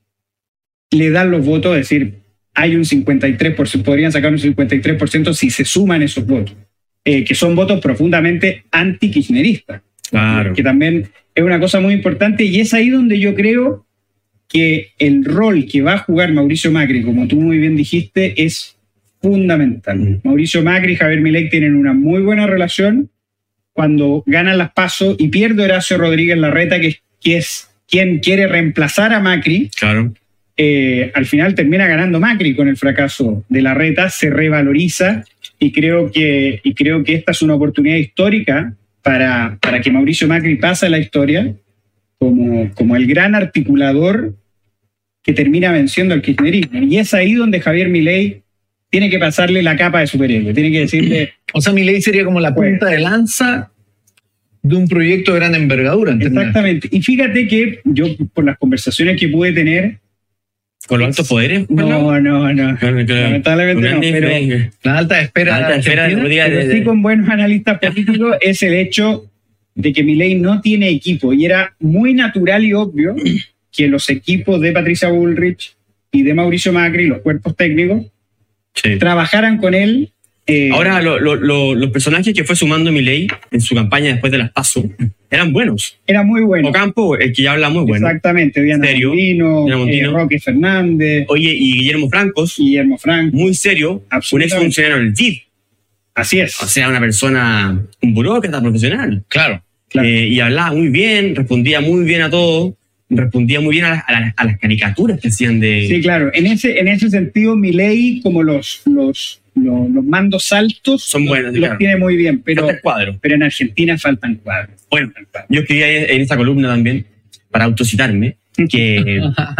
le dan los votos, es decir, hay un cincuenta y tres por ciento, podrían sacar un cincuenta y tres por ciento si se suman esos votos, eh, que son votos profundamente anti-kirchneristas. Claro. Que también es una cosa muy importante y es ahí donde yo creo que el rol que va a jugar Mauricio Macri, como tú muy bien dijiste, es fundamental. Mm. Mauricio Macri y Javier Milei tienen una muy buena relación. Cuando ganan las PASO y pierde Horacio Rodríguez Larreta, que, que es quien quiere reemplazar a Macri, Claro. eh, al final termina ganando Macri con el fracaso de Larreta, se revaloriza y creo que, y creo que esta es una oportunidad histórica para, para que Mauricio Macri pase a la historia como, como el gran articulador que termina venciendo al kirchnerismo. Y es ahí donde Javier Milei tiene que pasarle la capa de superhéroe, tiene que decirle, O sea, Milei sería como la punta de lanza de un proyecto de gran envergadura. ¿entendés? exactamente. Y fíjate que yo, por las conversaciones que pude tener, Con los altos poderes. no, no, no, Claro, claro. lamentablemente no, pero... La alta espera. La alta de esfera Argentina. de- Pero de- sí con buenos analistas políticos es el hecho de que Milei no tiene equipo y era muy natural y obvio que los equipos de Patricia Bullrich y de Mauricio Macri, los cuerpos técnicos, Sí. trabajaran con él. eh, Ahora, lo- lo- lo- los personajes que fue sumando Milei en su campaña después de las PASO eran buenos. era muy bueno. Ocampo, el que ya habla muy bueno. Exactamente, Diana Serio. Mondino, Diana eh, Mondino. Roque Fernández, Oye, y Guillermo Francos, Guillermo Franco. muy serio, un Absolutamente. ex funcionario del D I F. Así es. O sea, una persona, un burócrata profesional. Claro. Claro. Eh, y hablaba muy bien, respondía muy bien a todo, respondía muy bien a las, a las- a las caricaturas que hacían de... Sí, claro. En ese, en ese sentido, Milei, como los, los, los, los mandos altos, Son buenos, los claro. tiene muy bien, pero, Falta el cuadro. pero en Argentina faltan cuadros. Bueno, yo escribí ahí en esta columna también, para autocitarme, que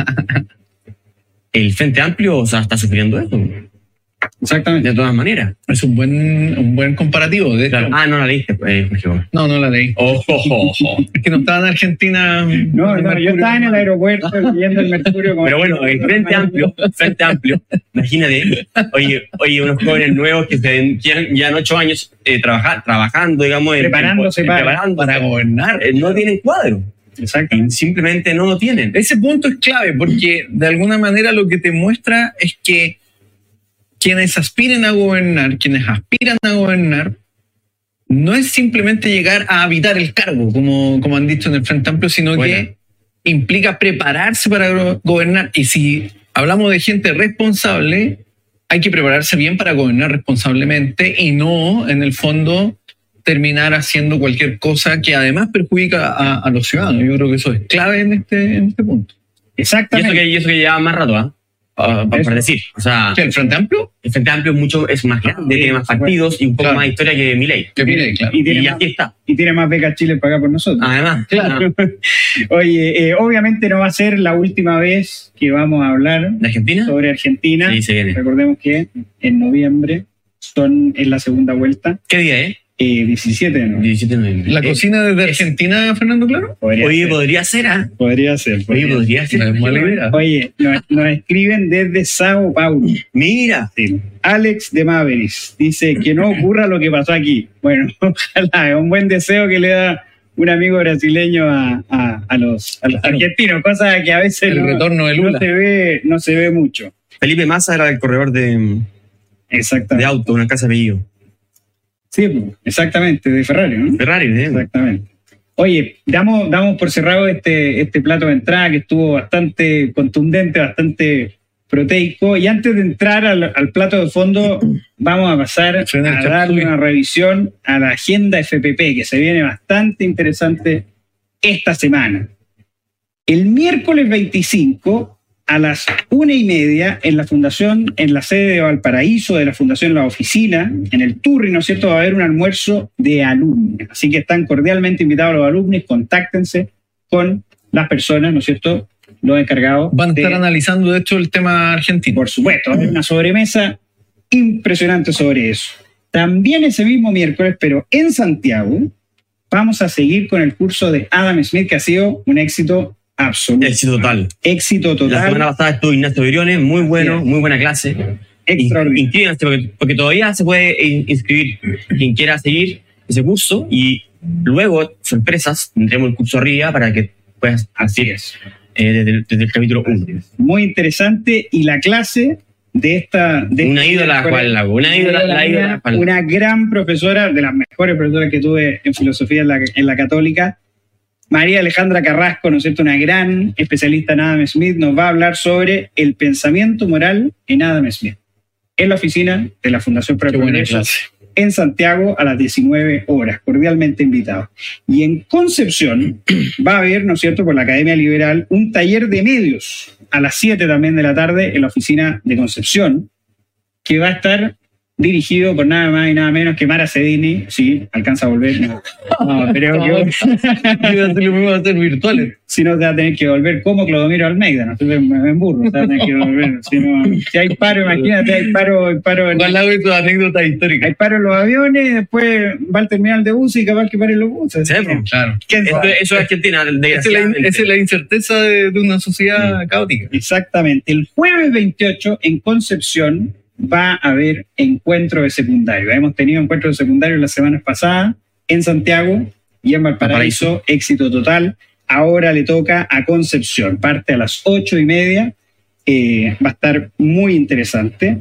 el Frente Amplio, o sea, está sufriendo eso, Exactamente. de todas maneras. Es un buen, un buen comparativo. De hecho. Claro. Ah, no la leíste, pues, Jorge Gómez. No, no la leí. Oh, oh, oh, oh. Es que no estaba en Argentina. No, no, yo estaba en el aeropuerto viendo el Mercurio. como- Pero bueno, el Frente Amplio, Frente Amplio, imagínate, oye, oye, unos jóvenes nuevos que se llevan, llevan ocho años eh, trabaja- trabajando, digamos, en- Preparándose en- para- preparándose, para gobernar. eh, no tienen cuadro, Exacto. y simplemente no lo tienen. Ese punto es clave porque de alguna manera lo que te muestra es que quienes aspiren a gobernar, quienes aspiran a gobernar, no es simplemente llegar a habitar el cargo, como, como han dicho en el Frente Amplio, sino Bueno. que implica prepararse para go- gobernar. Y si hablamos de gente responsable, hay que prepararse bien para gobernar responsablemente y no, en el fondo, terminar haciendo cualquier cosa que además perjudica a, a los ciudadanos. Yo creo que eso es clave en este, en este punto. Y eso Exactamente. que, y eso que lleva más rato, ¿ah? uh, para decir. O sea, ¿El Frente Amplio? el Frente Amplio es mucho es más grande, Sí, tiene más bueno, partidos y un poco claro. más de historia que Milei. Que mire, claro. Y tiene, Y más, aquí está. y tiene más becas Chile para acá por nosotros. Además, Claro. Oye, eh, obviamente no va a ser la última vez que vamos a hablar ¿de Argentina? sobre Argentina. Sí, se viene. Recordemos que en noviembre son en la segunda vuelta, ¿Qué día es? eh, diecisiete de noviembre. diecisiete de noviembre. ¿La Eh, cocina desde Argentina, Fernando Claro? Podría Oye, ser. podría ser, ¿ah? Podría ser. Oye, podría podría ser. No es mala idea. Oye, nos, nos escriben desde Sao Paulo. Mira. Sí. Alex de Maveris dice que no ocurra lo que pasó aquí. Bueno, ojalá, es un buen deseo que le da un amigo brasileño a, a, a los, a los Claro. argentinos, cosa que a veces El no, retorno de no Lula. se ve, no se ve mucho. Felipe Massa era el corredor de, de Exactamente. auto, una casa de apellido. Sí, pues, exactamente, de Ferrari, ¿no? Ferrari, ¿eh? Exactamente. Oye, damos, damos por cerrado este, este plato de entrada que estuvo bastante contundente, bastante proteico. Y antes de entrar al, al plato de fondo, vamos a pasar a Frena el darle chapuzui. una revisión a la agenda F P P, que se viene bastante interesante esta semana. El miércoles veinticinco, a las una y media, en la fundación, en la sede de Valparaíso, de la Fundación La Oficina, en el Turri, ¿no es cierto?, va a haber un almuerzo de alumnos. Así que están cordialmente invitados los alumnos, contáctense con las personas, ¿no es cierto?, los encargados. Van a estar de- analizando, de hecho, el tema argentino. por supuesto, hay una sobremesa impresionante sobre eso. También ese mismo miércoles, pero en Santiago, vamos a seguir con el curso de Adam Smith, que ha sido un éxito absoluto. Éxito total. Éxito La semana total, pasada estuvo Ignacio Briones, muy bueno, Sí. muy buena clase. extraordinario. Inscríbanse porque, porque todavía se puede in- inscribir quien quiera seguir ese curso y luego, sorpresas, tendremos el curso arriba para que puedas Así asistir es. eh, desde, el- desde el capítulo uno. Muy interesante. Y la clase de esta... De Una este ídola, miércoles, Juan Lago, una ídola, la ídola, Juan Lago. una gran profesora, de las mejores profesoras que tuve en filosofía en la, en la católica, María Alejandra Carrasco, ¿no es cierto?, una gran especialista en Adam Smith, nos va a hablar sobre el pensamiento moral en Adam Smith, en la oficina de la Fundación para el Qué buena Progreso, clase. en Santiago a las diecinueve horas, cordialmente invitados. Y en Concepción va a haber, ¿no es cierto?, por la Academia Liberal, un taller de medios a las siete también de la tarde en la oficina de Concepción, que va a estar dirigido por nada más y nada menos que Mara Cedini. Sí, alcanza a volver. No, no, creo que Iba a hacer lo mismo, va a ser virtuales. si no te va a tener que volver como Clodomiro Almeida, no sé, me, me emburro, te va a tener que volver. Si, no, si hay paro, imagínate, hay paro, hay paro en, Juan Lago y sus anécdotas históricas. hay paro en los aviones, después va al terminal de buses y capaz que paren los buses. Sí, pues. Claro. ¿Quién Eso, sabe? eso es Argentina, Esa es la, desgraciadamente. esa es la incerteza de, de una sociedad caótica. Exactamente. El jueves veintiocho en Concepción va a haber encuentro de secundario. Hemos tenido encuentros de secundario las semanas pasadas en Santiago y en Valparaíso, éxito total. Ahora le toca a Concepción, parte a las ocho y media, eh, va a estar muy interesante.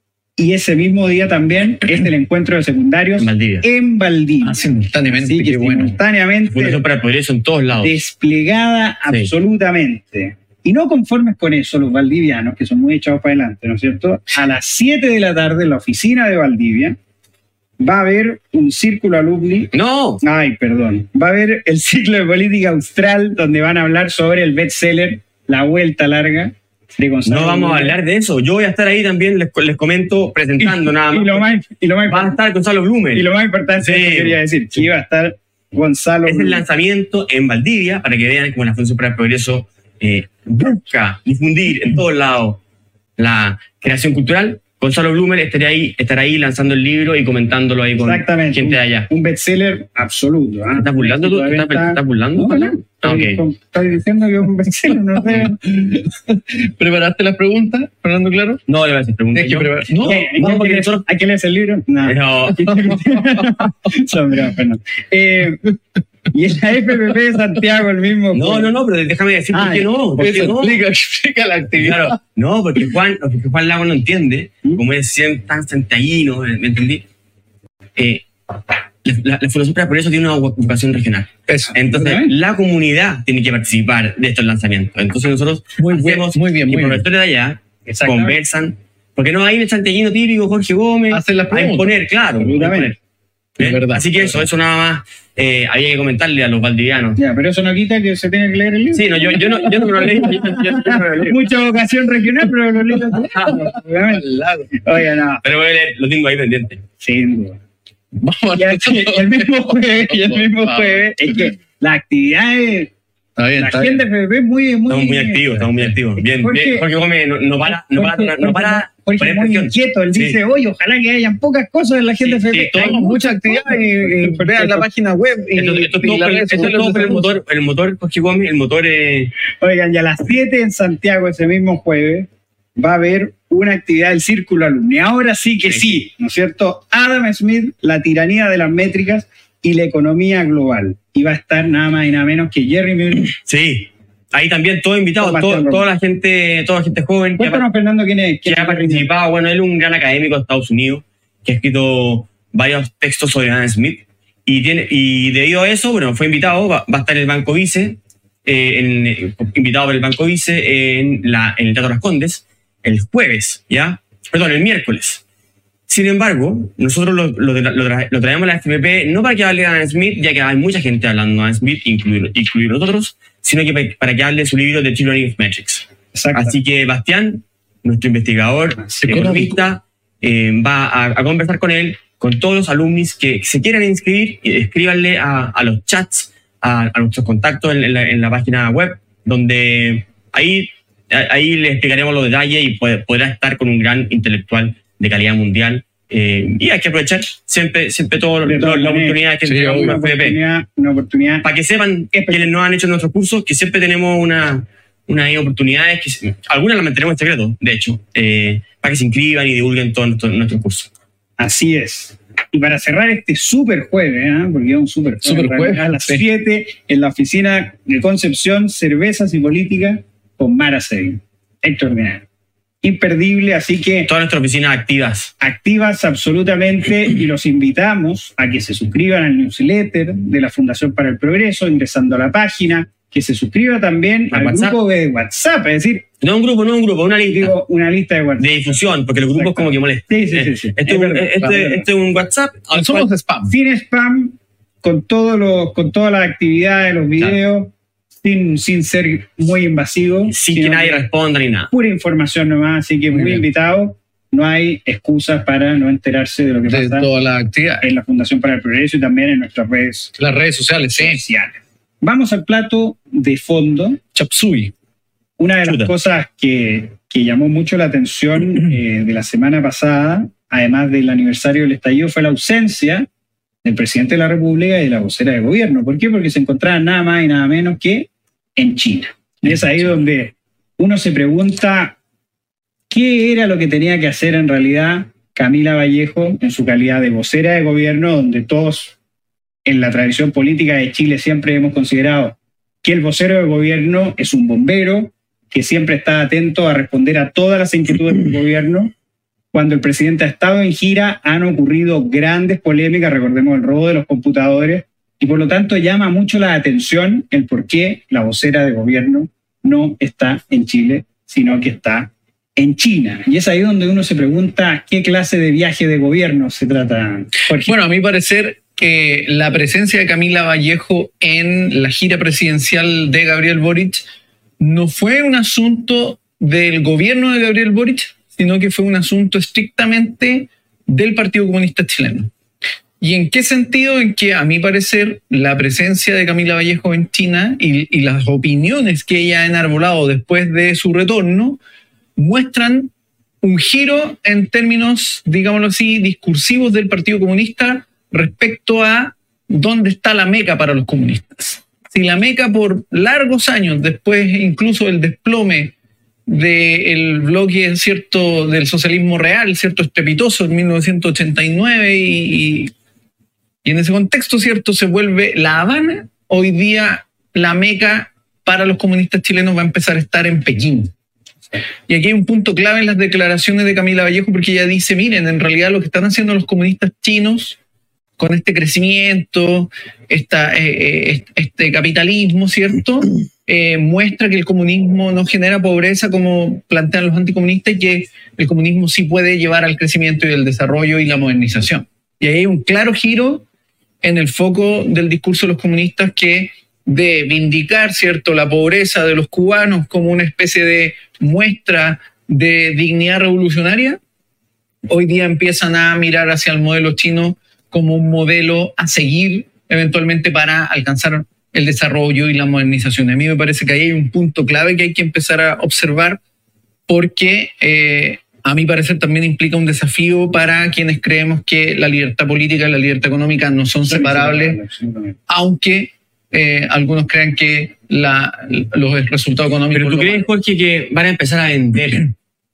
Y ese mismo día también es el encuentro de secundarios En Valdivia. en Valdivia. Ah, simultáneamente, Así que qué bueno. simultáneamente Fundación para el Progreso en todos lados. desplegada Sí. absolutamente. Y no conformes con eso, los valdivianos, que son muy echados para adelante, ¿no es cierto? A las siete de la tarde, en la oficina de Valdivia, va a haber un círculo alumni. No, Ay, perdón. Va a haber el ciclo de política austral, donde van a hablar sobre el bestseller La Vuelta Larga de Gonzalo. no vamos a Blumer. hablar de eso. Yo voy a estar ahí también, les, les comento, presentando nada Y más. lo más, y lo más, Va a estar Gonzalo Blumer. y lo más importante Sí. que quería decir, que iba a estar Gonzalo Es el Blumer. lanzamiento en Valdivia para que vean cómo la Fundación para el Progreso eh, busca difundir en todos lados la creación cultural. Gonzalo Blumer estará ahí, estará ahí lanzando el libro y comentándolo ahí con Exactamente. gente de allá. Un bestseller absoluto. ¿ah? ¿Te estás burlando tú? ¿Te Todavía estás, está- te estás burlando? No, no. Ah, ok. Estoy, estoy diciendo que es un bestseller, no sé. ¿Preparaste las preguntas, Fernando Claro? No, le voy a hacer preguntas. Tienes que yo. preparar. No, ¿Qué? ¿Hay, no, que porque leer, nosotros- ¿Hay que leerse el libro? No. No. Son bromas, Fernando. Eh, y en la F P P de Santiago el mismo. No, no, no, pero déjame decir Ah, por qué no. ¿Por qué eso, no? explica, explica la actividad. Claro, no, porque Juan, porque Juan Lago no entiende, ¿Mm? como es cien- tan santiaguino, ¿me me entendí? Eh, la, la, la Fundación para el Progreso tiene una vocación regional. Eso. Entonces, ¿Ok? la comunidad tiene que participar de estos lanzamientos. Entonces, nosotros Muy bien, hacemos, muy bien, y muy bien. profesores de allá Exactamente. conversan, porque no hay el santiaguino típico, Jorge Gómez, Hacen las a preguntas. imponer, claro. a Absolutamente. imponer. ¿Eh? verdad. Así que eso, eso nada más eh, había que comentarle a los valdivianos. Ya, pero eso no quita que se tenga que leer el libro. Sí, no, yo, yo, no, yo no me lo leí. Yo, yo- yo no me lo leí. Mucha vocación regional, pero los libros obviamente. Oiga, no, Pero voy a leer, lo tengo ahí pendiente. sin duda. Vamos Y el, y el mismo jueves, y el mismo jueves, es que la actividad es, Está bien, la está gente bien. de F P P es muy, muy... Estamos muy activos, estamos muy activos. Bien, Jorge- bien. Jorge Gómez no, no para, no para, no para. Jorge poner es muy presión. inquieto, él Sí. dice, oye, ojalá que hayan pocas cosas en la gente Sí, de F P P. sí, todos- Hay Mucha actividad y, y vean la página web y, Esto, esto es y todo las por, redes esto es sociales todo por el de motor, el motor, Jorge Gómez, el motor eh, Oigan, y a las siete en Santiago, ese mismo jueves, va a haber una actividad del Círculo Alumni. Ahora sí que Sí. sí, ¿no es cierto? Adam Smith, la tiranía de las métricas y la economía global. Y va a estar nada más y nada menos que Jerry Muir. sí. Ahí también todos invitados, Con todo- Bastián toda la gente, toda la gente joven que ha, Cuéntanos, Fernando, quién es. que quién ha es participado. Bueno, él es un gran académico de Estados Unidos que ha escrito varios textos sobre Adam Smith y tiene y debido a eso, bueno, fue invitado, va, va a estar el Banco Vice, eh, en- eh, invitado por el Banco Vice en, la, en el Teatro Las Condes el jueves, ¿ya? Perdón, el miércoles. Sin embargo, nosotros lo, lo, tra- lo tra- lo traemos a la F P P no para que hable de Adam Smith, ya que hay mucha gente hablando de Adam Smith, incluido, incluido nosotros, sino que pa- para que hable de su libro The Tyranny of Metrics. Exacto. Así que Bastián, nuestro investigador, economista, eh, va a, a conversar con él, con todos los alumnos que se quieran inscribir, y escríbanle a, a los chats, a, a nuestros contactos en, en la, en la página web, donde ahí, ahí le explicaremos los detalles y puede- podrá estar con un gran intelectual de calidad mundial. Eh, y hay que aprovechar siempre, siempre todo, De todas lo- la maneras. oportunidad que Sí, tenemos una en F P P. oportunidad, una oportunidad. Para que sepan quienes no han hecho nuestros cursos, que siempre tenemos una, unas oportunidades, que se- algunas las mantenemos en secreto, de hecho, eh, para que se inscriban y divulguen todos nuestros, nuestros cursos. Así es. Y para cerrar este super jueves, ¿eh? Porque es un super jueves, Super en realidad, jueves, a las sí. siete en la oficina de Concepción, Cervezas y Política con Mara Seguin. Extraordinario. Imperdible, así que Todas nuestras oficinas activas. activas absolutamente y los invitamos a que se suscriban al newsletter de la Fundación para el Progreso, ingresando a la página, que se suscriba también ¿Al al WhatsApp? grupo de WhatsApp, es decir, No un grupo, no un grupo, una lista digo, una lista de WhatsApp. de difusión, porque los grupos como que molestan. Sí, sí, sí, sí. Este, Es es un- verdad, este- es verdad. este es un WhatsApp al Somos cual- spam. Sin spam, con, todo lo, con todas las actividades, los videos, sin, sin ser muy invasivo. sin sino que nadie responda ni nada. Pura información nomás, así que Muy muy, bien. invitado. No hay excusas para no enterarse de lo que De pasa toda la actividad. en la Fundación para el Progreso y también en nuestras redes Las redes sociales, sí. sociales. Vamos al plato de fondo. Chapsui. Una de las Chuta. cosas que, que llamó mucho la atención eh, de la semana pasada, además del aniversario del estallido, fue la ausencia del presidente de la República y de la vocera de gobierno. ¿Por qué? Porque se encontraban nada más y nada menos que en China. Y es ahí donde uno se pregunta qué era lo que tenía que hacer en realidad Camila Vallejo en su calidad de vocera de gobierno, donde todos en la tradición política de Chile siempre hemos considerado que el vocero de gobierno es un bombero que siempre está atento a responder a todas las inquietudes del gobierno. Cuando el presidente ha estado en gira han ocurrido grandes polémicas, recordemos el robo de los computadores, y por lo tanto llama mucho la atención el por qué la vocera de gobierno no está en Chile, sino que está en China. Y es ahí donde uno se pregunta qué clase de viaje de gobierno se trata, Jorge. Bueno, a mi parecer, que la presencia de Camila Vallejo en la gira presidencial de Gabriel Boric no fue un asunto del gobierno de Gabriel Boric, sino que fue un asunto estrictamente del Partido Comunista Chileno. ¿Y en qué sentido? En que, a mi parecer, la presencia de Camila Vallejo en China y, y las opiniones que ella ha enarbolado después de su retorno muestran un giro en términos, digámoslo así, discursivos del Partido Comunista respecto a dónde está la Meca para los comunistas. Si la Meca por largos años, después incluso del desplome del bloque cierto del socialismo real, cierto estrepitoso en mil novecientos ochenta y nueve y, y, y en ese contexto cierto se vuelve La Habana, hoy día la Meca para los comunistas chilenos va a empezar a estar en Pekín. Y aquí hay un punto clave en las declaraciones de Camila Vallejo, porque ella dice, miren, en realidad lo que están haciendo los comunistas chinos con este crecimiento, esta, eh, este capitalismo, ¿cierto? Eh, muestra que el comunismo no genera pobreza como plantean los anticomunistas y que el comunismo sí puede llevar al crecimiento y el desarrollo y la modernización. Y ahí hay un claro giro en el foco del discurso de los comunistas que de vindicar, ¿cierto?, la pobreza de los cubanos como una especie de muestra de dignidad revolucionaria, hoy día empiezan a mirar hacia el modelo chino como un modelo a seguir eventualmente para alcanzar el desarrollo y la modernización. A mí me parece que ahí hay un punto clave que hay que empezar a observar porque eh, a mi parecer también implica un desafío para quienes creemos que la libertad política y la libertad económica no son separables, aunque eh, algunos crean que la, los resultados económicos... ¿Pero tú crees, Jorge, que van a empezar a vender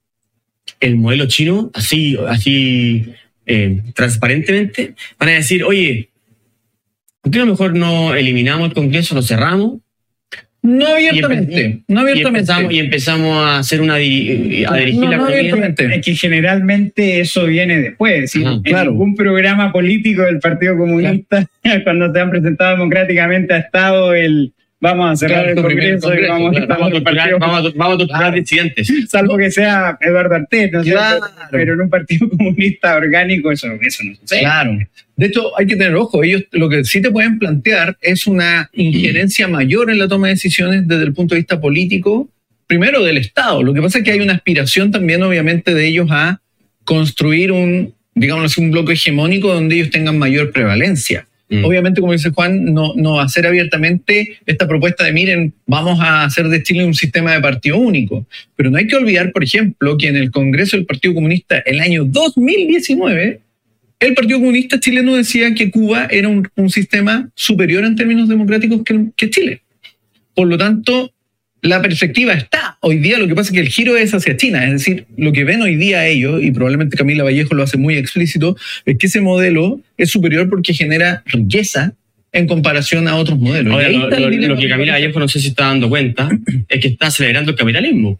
el modelo chino así, así eh, transparentemente? Van a decir, oye, ¿por qué a lo mejor no eliminamos el Congreso, lo cerramos? No abiertamente, no abiertamente. Y empezamos, y empezamos a hacer una diri a dirigir no, la no economía. Es que generalmente eso viene después. Es decir, Ajá, en claro. ningún programa político del Partido Comunista, claro, cuando te han presentado democráticamente, ha estado el vamos a cerrar Claro, el Congreso, Congreso, y vamos, Claro, vamos a torturar, vamos a, vamos a torturar Claro. disidentes. salvo que sea Eduardo Artés, ¿no? Claro. Pero en un Partido Comunista orgánico eso, eso no sucede. Claro. De hecho, hay que tener ojo. Ellos lo que sí te pueden plantear es una injerencia mayor en la toma de decisiones desde el punto de vista político, primero del Estado. Lo que pasa es que hay una aspiración también, obviamente, de ellos a construir un, digamos así, un bloque hegemónico donde ellos tengan mayor prevalencia. Mm. Obviamente, como dice Juan, no, no hacer abiertamente esta propuesta de, miren, vamos a hacer de Chile un sistema de partido único. Pero no hay que olvidar, por ejemplo, que en el Congreso del Partido Comunista el año dos mil diecinueve, el Partido Comunista chileno decía que Cuba era un, un sistema superior en términos democráticos que, que Chile. Por lo tanto, la perspectiva está. Hoy día lo que pasa es que el giro es hacia China. Es decir, lo que ven hoy día ellos, y probablemente Camila Vallejo lo hace muy explícito, es que ese modelo es superior porque genera riqueza en comparación a otros modelos. Ahora, Y ahí lo, está el lo, dilema lo que Camila Vallejo no sé si está dando cuenta es que está acelerando el capitalismo.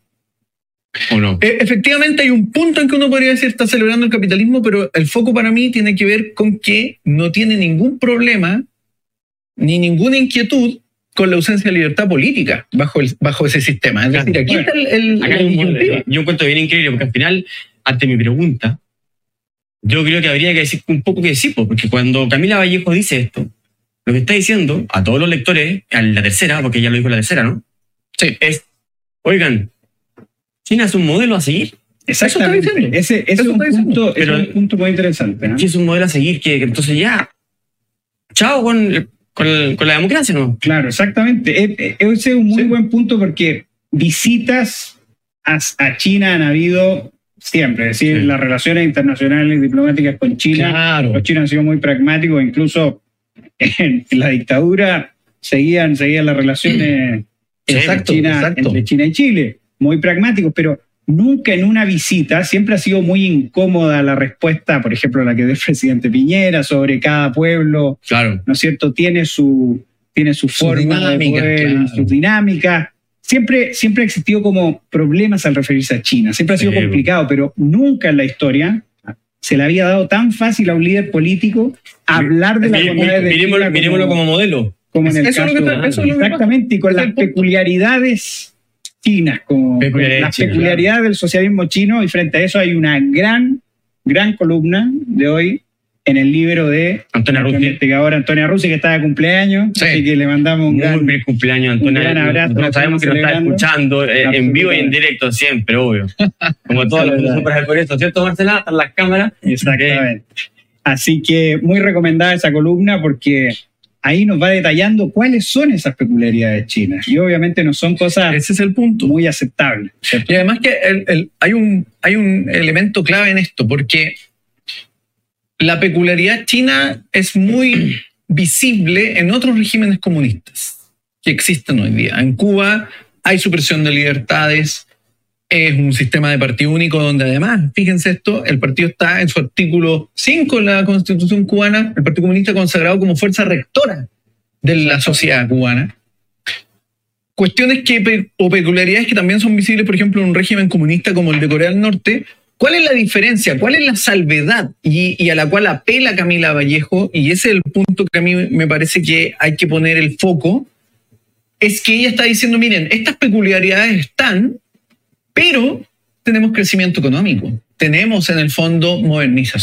¿O no? E- Efectivamente hay un punto en que uno podría decir está celebrando el capitalismo, pero el foco para mí tiene que ver con que no tiene ningún problema ni ninguna inquietud con la ausencia de libertad política bajo, el, bajo ese sistema. Es decir, aquí Bueno, está el, el, Acá el hay un, disyuntivo. yo encuentro bien increíble porque al final, ante mi pregunta, yo creo que habría que decir un poco que sí, porque cuando Camila Vallejo dice esto, lo que está diciendo a todos los lectores, a la tercera, porque ella lo dijo la tercera, ¿no? Sí. Es, oigan, China es un modelo a seguir. Exactamente. Eso está diciendo. Ese, ese Eso es, un está diciendo. punto, Pero- es un punto muy interesante, ¿no? Sí, es un modelo a seguir, que, que entonces ya, chao con, con, con la democracia, ¿no? Claro, exactamente. E- e- Ese es un muy Sí. buen punto porque visitas a, a China han habido siempre. Es decir, Sí. las relaciones internacionales diplomáticas con China, Claro. los chinos han sido muy pragmáticos, incluso en la dictadura seguían, seguían las relaciones Sí, exacto, China, exacto. entre China y Chile, muy pragmáticos, pero nunca en una visita, siempre ha sido muy incómoda la respuesta, por ejemplo, la que dio el presidente Piñera sobre cada pueblo, Claro. ¿no es cierto? Tiene su, tiene su, Su forma dinámica, de poder, claro. su dinámica. Siempre, siempre ha existido como problemas al referirse a China, siempre ha sido Sí. complicado, pero nunca en la historia se le había dado tan fácil a un líder político hablar de la Mire- bondad de Miremoslo, China miremoslo como, como modelo. como en el Eso es lo caso. que está- eso es lo que exactamente, y con Ese las es el punto. peculiaridades chinas, como Peculiaridades las chinas, peculiaridades del socialismo chino, y frente a eso hay una gran, gran columna de hoy en el libro de Antonia nuestra Ruzzi. investigadora Antonia Ruzzi, que está de cumpleaños, Sí. así que le mandamos un Muy gran... feliz cumpleaños, Antonia. un gran abrazo, Nosotros la sabemos que nos está estamos escuchando eh, en vivo y en directo siempre, obvio. Como todos los nosotros del Congreso, ¿cierto, Marcela? Están las cámaras. Exactamente. Así que muy recomendada esa columna porque ahí nos va detallando cuáles son esas peculiaridades chinas. Y obviamente no son cosas Ese es el punto. muy aceptables, ¿cierto? Y además que el- el- hay, un, hay un elemento clave en esto, porque la peculiaridad china es muy visible en otros regímenes comunistas que existen hoy día. En Cuba hay supresión de libertades, es un sistema de partido único donde además, fíjense esto, el partido está en su artículo cinco de la Constitución cubana, el Partido Comunista consagrado como fuerza rectora de la sociedad cubana. Cuestiones que, pe- o peculiaridades que también son visibles, por ejemplo, en un régimen comunista como el de Corea del Norte. ¿Cuál es la diferencia? ¿Cuál es la salvedad? Y, y a la cual apela Camila Vallejo, y ese es el punto que a mí me parece que hay que poner el foco, es que ella está diciendo, miren, estas peculiaridades están, pero tenemos crecimiento económico, tenemos en el fondo modernización.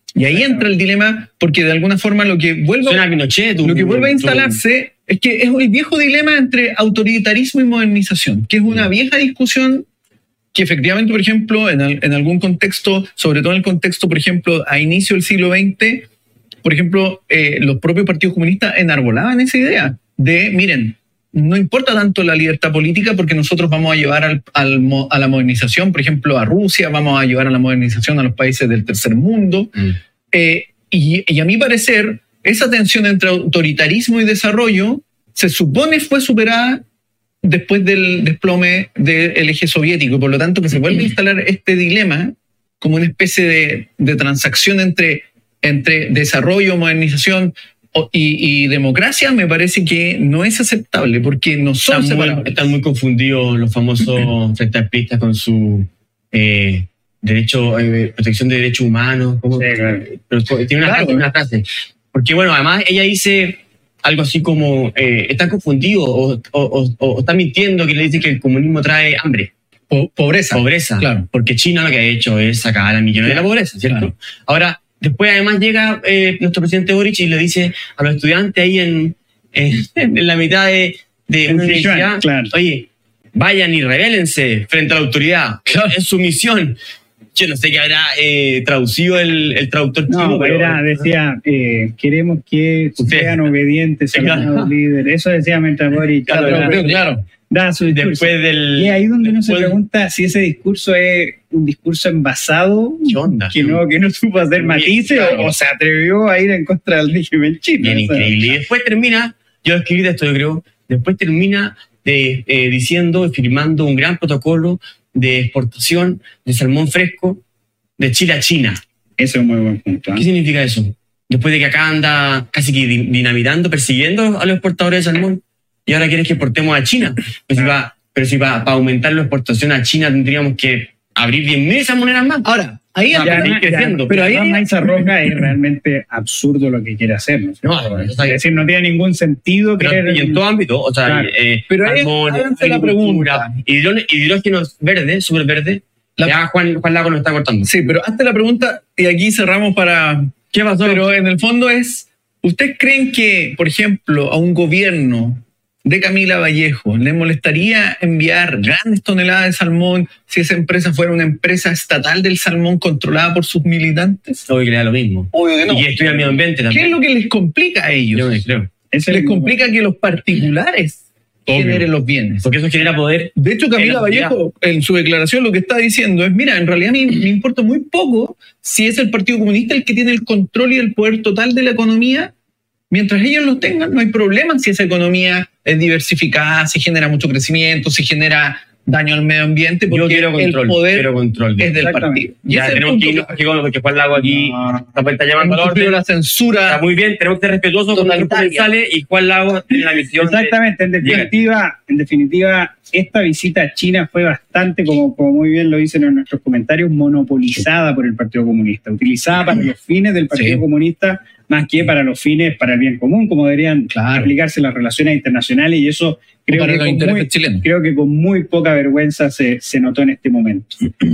Y ahí entra el dilema, porque de alguna forma lo que vuelve, Suena a Pinochet, tú, lo que vuelve a tú- instalarse es que es el viejo dilema entre autoritarismo y modernización, que es una vieja discusión que efectivamente, por ejemplo, en, al- en algún contexto, sobre todo en el contexto, por ejemplo, a inicio del siglo veinte, por ejemplo, eh, los propios partidos comunistas enarbolaban esa idea de, miren, no importa tanto la libertad política porque nosotros vamos a llevar al, al mo- a la modernización, por ejemplo, a Rusia, vamos a llevar a la modernización a los países del tercer mundo. Mm. Eh, y, y a mi parecer, esa tensión entre autoritarismo y desarrollo se supone fue superada después del desplome del eje soviético, y por lo tanto que se vuelve a instalar este dilema como una especie de, de transacción entre, entre desarrollo, modernización o- y, y democracia, me parece que no es aceptable, porque no son Están muy, separables. están muy confundidos los famosos frente amplistas con su eh, derecho, eh, protección de derechos humanos. ¿Cómo? Sí, claro. Pero tiene una, Claro. frase, una frase. Porque bueno, además ella dice algo así como, eh, están confundidos o, o, o, o están mintiendo que le dice que el comunismo trae hambre, Po- pobreza. pobreza. Claro. Porque China lo que ha hecho es sacar a millones de la pobreza, ¿cierto? Claro. Ahora, después además llega eh, nuestro presidente Boric y le dice a los estudiantes ahí en, en, en la mitad de, de En una Sichuan, universidad, claro. oye, vayan y rebélense frente a la autoridad. Es su misión. Yo no sé qué habrá eh, traducido el, el traductor No, chino, pero era, decía, eh, queremos que Usted- sean obedientes al Claro. nuevo líder. Eso decía mientras Boric Claro, daba- Claro, claro. daba su discurso. después del... Y es ahí donde uno se después- pregunta si ese discurso es un discurso envasado, ¿Qué onda? que no, que no supo hacer Bien, matices claro. o, o se atrevió a ir en contra del régimen chino. Bien, O sea, increíble. Y después termina, yo escribí de esto, yo creo, después termina de, eh, diciendo y firmando un gran protocolo de exportación de salmón fresco de Chile a China. Ese es un muy buen punto. ¿eh? ¿Qué significa eso? Después de que acá anda casi que di- dinamitando, persiguiendo a los exportadores de salmón, y ahora quieres que exportemos a China. Pero si va, pero si va, para aumentar la exportación a China tendríamos que abrir diez mil salmoneras más. Ahora, ahí Ah, Ya, pero no, ahí creciendo. ya, pero ahí ahí- Maiza Roja es realmente absurdo lo que quiere hacer. ¿no? No, es está bien. decir, no tiene ningún sentido Pero, querer- y en todo ámbito, o sea, Claro. eh, Pero ahí salmón, háganse la agricultura, pregunta. hidrógeno, hidrógeno verde, súper verde. La- Ya Juan, Juan Lago nos está cortando. sí, pero hazte la pregunta y aquí cerramos para... ¿Qué pasó? Pero en el fondo es, ¿ustedes creen que, por ejemplo, a un gobierno de Camila Vallejo le molestaría enviar grandes toneladas de salmón si esa empresa fuera una empresa estatal del salmón controlada por sus militantes? Obvio que le da lo mismo. Obvio que no. Y que estudia medio ambiente también. ¿Qué es lo que les complica a ellos? Yo me creo. Ese Les es- complica que los particulares Obvio. generen los bienes. Porque eso genera poder. De hecho, En Camila la sociedad. Vallejo, en su declaración, lo que está diciendo es, mira, en realidad a mí me importa muy poco si es el Partido Comunista el que tiene el control y el poder total de la economía. Mientras ellos lo tengan, no hay problema si esa economía es diversificada, si genera mucho crecimiento, si genera daño al medio ambiente, porque Yo quiero control. el poder quiero control. es del Exactamente. partido. Y Ya ese es el tenemos punto que irnos que- aquí con- porque Juan Lago aquí No. está, está llamando hemos al sufrido orden. la censura. Está muy bien, tenemos que ser respetuosos con nuestros Totalitaria. comensales y Juan Lago tiene la misión de- Exactamente, en definitiva, en definitiva, esta visita a China fue bastante, como, como muy bien lo dicen en nuestros comentarios, monopolizada por el Partido Comunista, utilizada para los fines del Partido Sí. Comunista más que para los fines para el bien común, como deberían Claro. aplicarse las relaciones internacionales, y eso creo para que, los con intereses muy, chilenos. creo que con muy poca vergüenza se, se notó en este momento.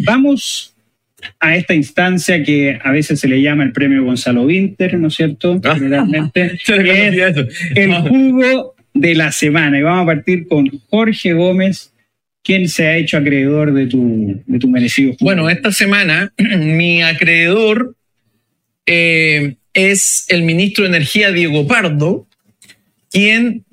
Vamos a esta instancia que a veces se le llama el premio Gonzalo Winter, ¿no es cierto? Ah. Generalmente, Se le que es conocía eso. el jugo de la semana. Y vamos a partir con Jorge Gómez, quien se ha hecho acreedor de tu, de tu merecido jugo. Bueno, esta semana mi acreedor eh, es el ministro de Energía, Diego Pardo, quien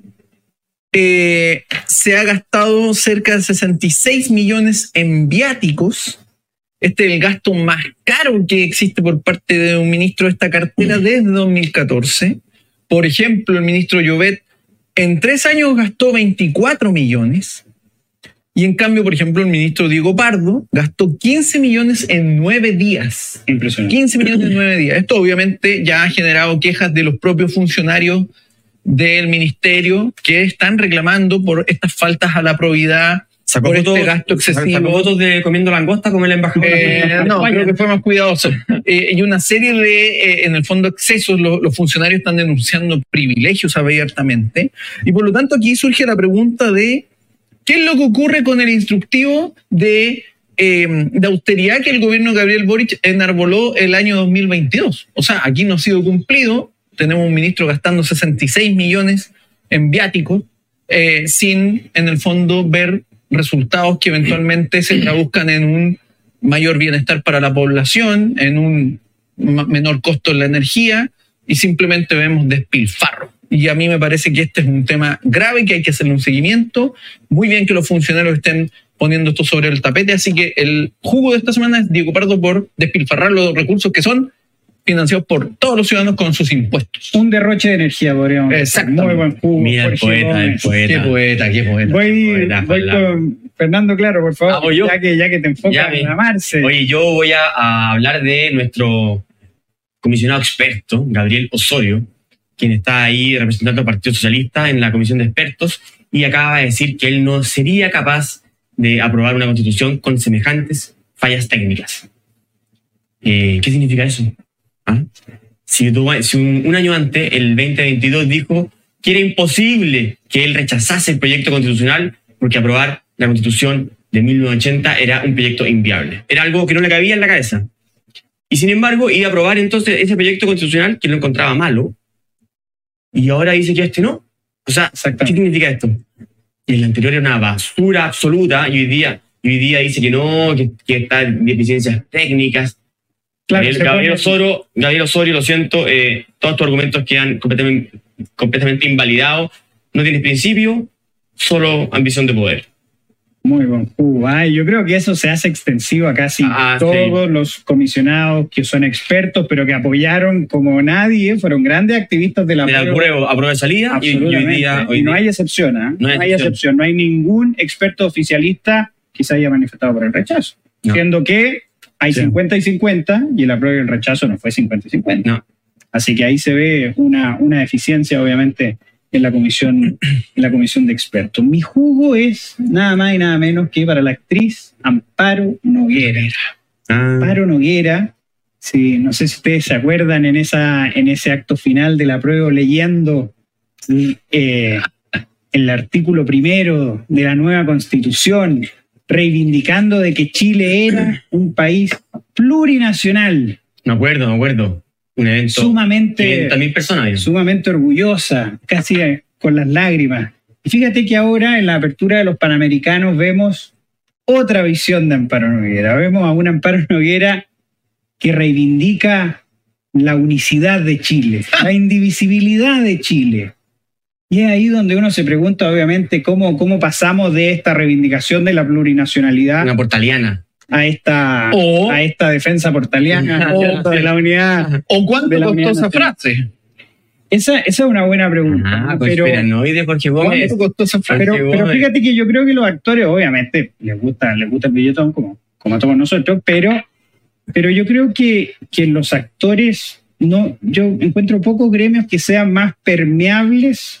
eh, se ha gastado cerca de sesenta y seis millones en viáticos. Este es el gasto más caro que existe por parte de un ministro de esta cartera desde dos mil catorce. Por ejemplo, el ministro Llobet en tres años gastó veinticuatro millones. Y en cambio, por ejemplo, el ministro Diego Pardo gastó quince millones en nueve días. Impresionante. quince millones en nueve días. Esto obviamente ya ha generado quejas de los propios funcionarios del ministerio que están reclamando por estas faltas a la probidad, Sacó por fotos, este gasto excesivo. sacó fotos de comiendo langosta como el embajador. Eh, de no, España. creo que fue más cuidadoso. Eh, y una serie de, eh, en el fondo, excesos. Lo- los funcionarios están denunciando privilegios abiertamente. Y por lo tanto, aquí surge la pregunta de ¿qué es lo que ocurre con el instructivo de eh, de austeridad que el gobierno de Gabriel Boric enarboló el año dos mil veintidós. O sea, aquí no ha sido cumplido. Tenemos un ministro gastando sesenta y seis millones en viáticos, eh, sin, en el fondo, ver resultados que eventualmente se traduzcan en un mayor bienestar para la población, en un menor costo en la energía, y simplemente vemos despilfarro. Y a mí me parece que este es un tema grave, que hay que hacerle un seguimiento. Muy bien que los funcionarios estén poniendo esto sobre el tapete, así que el jugo de esta semana es Diego Pardo por despilfarrar los recursos que son financiados por todos los ciudadanos con sus impuestos. Un derroche de energía, podríamos decir. Exacto. Muy buen jugo. Mira, el Jorge poeta, el Gómez. poeta. Qué poeta, qué poeta. Voy, Poeta, voy ojalá. con Fernando Claro, por favor, Ah, voy yo. ya que, ya que te enfocas Ya, en amarse. Oye, yo voy a, a hablar de nuestro comisionado experto, Gabriel Osorio, quien está ahí representando al Partido Socialista en la comisión de expertos, y acaba de decir que él no sería capaz de aprobar una constitución con semejantes fallas técnicas. Eh, ¿Qué significa eso? ¿Ah? Si, tú- si un, un año antes, el veinte veintidós, dijo que era imposible que él rechazase el proyecto constitucional porque aprobar la constitución de mil novecientos ochenta era un proyecto inviable. Era algo que no le cabía en la cabeza. Y sin embargo, iba a aprobar entonces ese proyecto constitucional que lo encontraba malo, y ahora dice que este no. O sea, ¿qué Exactamente. significa esto? El anterior era una basura absoluta, y hoy día, y hoy día dice que no, que, que está en deficiencias técnicas. Claro, Gabriel, se Gabriel pone- Osorio, Gabriel Osorio, lo siento, eh, todos tus argumentos quedan completamente, completamente invalidados. No tienes principio, solo ambición de poder. Muy buen jugo. Ay, yo creo que eso se hace extensivo a casi Ah, todos los comisionados que son expertos, pero que apoyaron como nadie, fueron grandes activistas de la De la apruebo, apruebo de salida, y, y hoy Absolutamente. día. Hoy y no día- hay excepción, ¿eh? No hay No hay excepción. excepción. No hay ningún experto oficialista que se haya manifestado por el rechazo. No. Siendo que hay Sí. cincuenta y cincuenta, y el apruebo y el rechazo no fue cincuenta y cincuenta. No. Así que ahí se ve una, una deficiencia, obviamente, en la comisión, en la comisión de expertos. Mi jugo es nada más y nada menos que para la actriz Amparo Noguera. Ah, Amparo Noguera, sí, no sé si ustedes se acuerdan en, esa, en ese acto final del apruebo leyendo eh, el artículo primero de la nueva Constitución, reivindicando de que Chile era un país plurinacional, me acuerdo, me acuerdo. Un evento. sumamente, quinientas mil personas. ¿vieron? sumamente orgullosa, casi con las lágrimas. Y fíjate que ahora en la apertura de los Panamericanos vemos otra visión de Amparo Noguera. Vemos a una Amparo Noguera que reivindica la unicidad de Chile, la indivisibilidad de Chile. Y es ahí donde uno se pregunta, obviamente, cómo, cómo pasamos de esta reivindicación de la plurinacionalidad Una portaliana. a esta, O- a esta defensa portaliana O- de la unidad. ¿O cuánto de la costó Unidad esa Nacional. frase? Esa, esa es una buena pregunta. Ah, ¿no? pues pero, esperanoide Jorge Gómez. ¿Cuánto costó esa frase? pero, Jorge pero Gómez. fíjate que yo creo que los actores, obviamente, les gusta, les gusta el billetón como, como a todos nosotros, pero, pero yo creo que, que los actores, no, yo encuentro pocos gremios que sean más permeables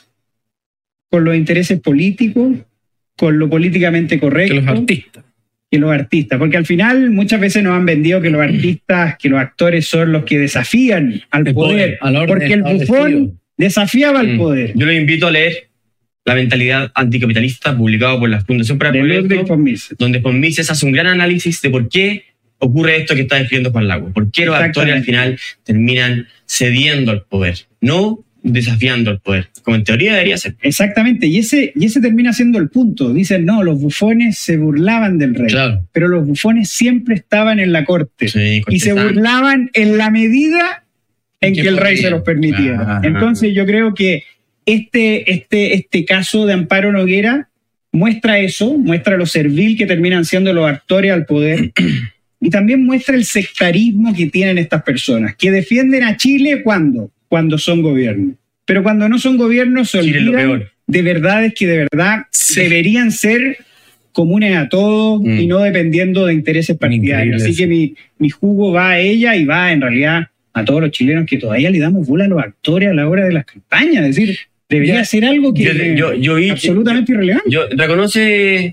con los intereses políticos, con lo políticamente correcto, Que los artistas. que los artistas, porque al final muchas veces nos han vendido que los artistas, que los actores son los que desafían al El poder, poder, al orden porque el establecido. bufón desafiaba al Mm. poder. Yo los invito a leer La mentalidad anticapitalista, publicado por la Fundación para el De Ludwig Progreso, von Mises. donde von Mises hace un gran análisis de por qué ocurre esto que está describiendo Juan Lago. ¿Por qué los actores al final terminan cediendo al poder? No desafiando al poder, como en teoría debería ser. Exactamente, y ese, y ese termina siendo el punto. Dicen, no, los bufones se burlaban del rey, Claro. pero los bufones siempre estaban en la corte Sí, y se cortesano. burlaban en la medida en Que que el rey podía. se los permitiera. Claro. Entonces yo creo que este, este, este caso de Amparo Noguera muestra eso, muestra lo servil que terminan siendo los actores al poder y también muestra el sectarismo que tienen estas personas, que defienden a Chile cuando, cuando son gobierno. Pero cuando no son gobiernos se Chile es lo olvidan peor. de verdades que de verdad Sí. deberían ser comunes a todos Mm. y no dependiendo de intereses partidarios. Increíble Así eso. que mi, mi jugo va a ella y va en realidad a todos los chilenos que todavía le damos bola a los actores a la hora de las campañas. Es decir, debería Ya, ser algo que Yo, yo, yo vi- absolutamente irrelevante. Yo, reconoce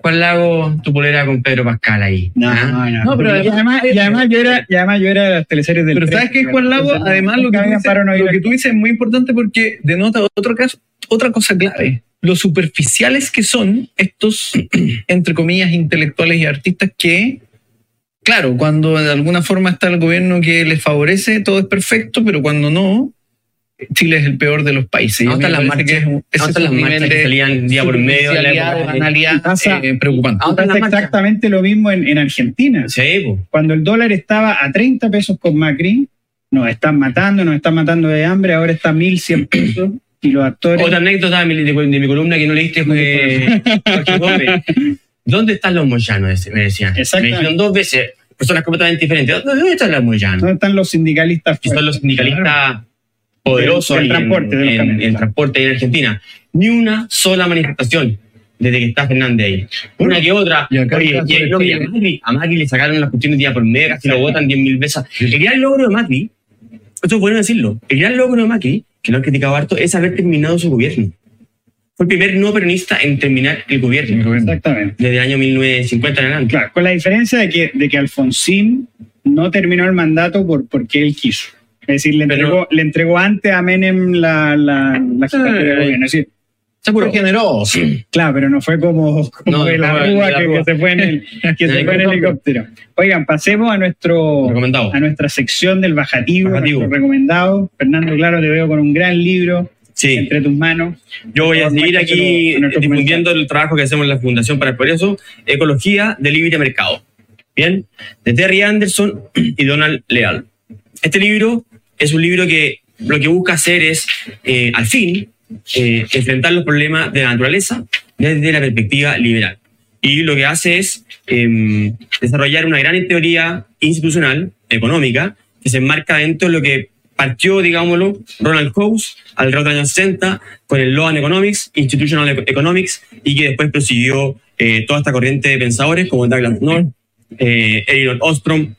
Juan Lago, tu polera con Pedro Pascal ahí. No, ¿ah? no, No, pero y además, y además yo era, y además yo era de las teleseries del Pero ¿sabes qué, Juan Lago? Además, lo que, tú dices, lo que tú dices es muy importante porque denota otro caso, otra cosa clave. Lo superficiales que son estos, entre comillas, intelectuales y artistas que, claro, cuando de alguna forma está el gobierno que les favorece, todo es perfecto, pero cuando no, Chile es el peor de los países. ¿Dónde están las marchas? Que es un, ese ¿Dónde están es las un marchas nivel que de salían día por medio de la superficialidad, época? de banalidad, Pasa- eh, preocupante. ¿A dónde están Pasa las marchas? exactamente lo mismo en, en Argentina. Sí, pues. Cuando el dólar estaba a treinta pesos con Macri, nos están matando, nos están matando de hambre, ahora está a mil cien pesos y los actores... Otra anécdota de mi, de, de mi columna que no leíste fue Jorge Gómez. ¿Dónde están los moyanos? Me decían. Me Exactamente. dijeron dos veces, personas completamente diferentes. ¿Dónde están los moyanos? ¿Dónde están los sindicalistas? Que son los sindicalistas poderosos Del en, transporte, de los en- camiones. en transporte en Argentina. Ni una sola manifestación desde que está Fernández ahí. Una que otra. Y acá el Oye, caso y- de no, y a Chile. Macri, a Macri le sacaron las cuestiones día por medio, casi lo votan diez mil veces. El gran logro de Macri, esto es bueno decirlo, el gran logro de Macri, que lo han criticado harto, es haber terminado su gobierno. Fue el primer no peronista en terminar el gobierno. Exactamente. Desde el año mil novecientos cincuenta en adelante. Claro, con la diferencia de que, de que Alfonsín no terminó el mandato por, porque él quiso. Es decir, le Pero- entregó, le entregó antes a Menem la, la, la jefatura de Eh, gobierno. Es decir, Se apuró. Fue generoso. claro, pero no fue como, como No, de la como de Rúa la que, Rúa. que se fue en el, que se El fue en el helicóptero. Oigan, pasemos a nuestro Recomendado. a nuestra sección del bajativo, Bajativo. nuestro recomendado. Fernando, claro, te veo con un gran libro Sí. entre tus manos. Yo voy a Por favor, seguir muéstraselo aquí a nuestros difundiendo el trabajo que hacemos en la Fundación para el Progreso, Ecología de Libre Mercado. Bien, de Terry Anderson y Donald Leal. Este libro es un libro que lo que busca hacer es, eh, al fin, eh, enfrentar los problemas de la naturaleza desde la perspectiva liberal. Y lo que hace es eh, desarrollar una gran teoría institucional, económica, que se enmarca dentro de lo que partió, digámoslo, Ronald Coase alrededor de los años sesenta con el Law and Economics, Institutional Economics, y que después prosiguió eh, toda esta corriente de pensadores como Douglas North, eh, Elinor Ostrom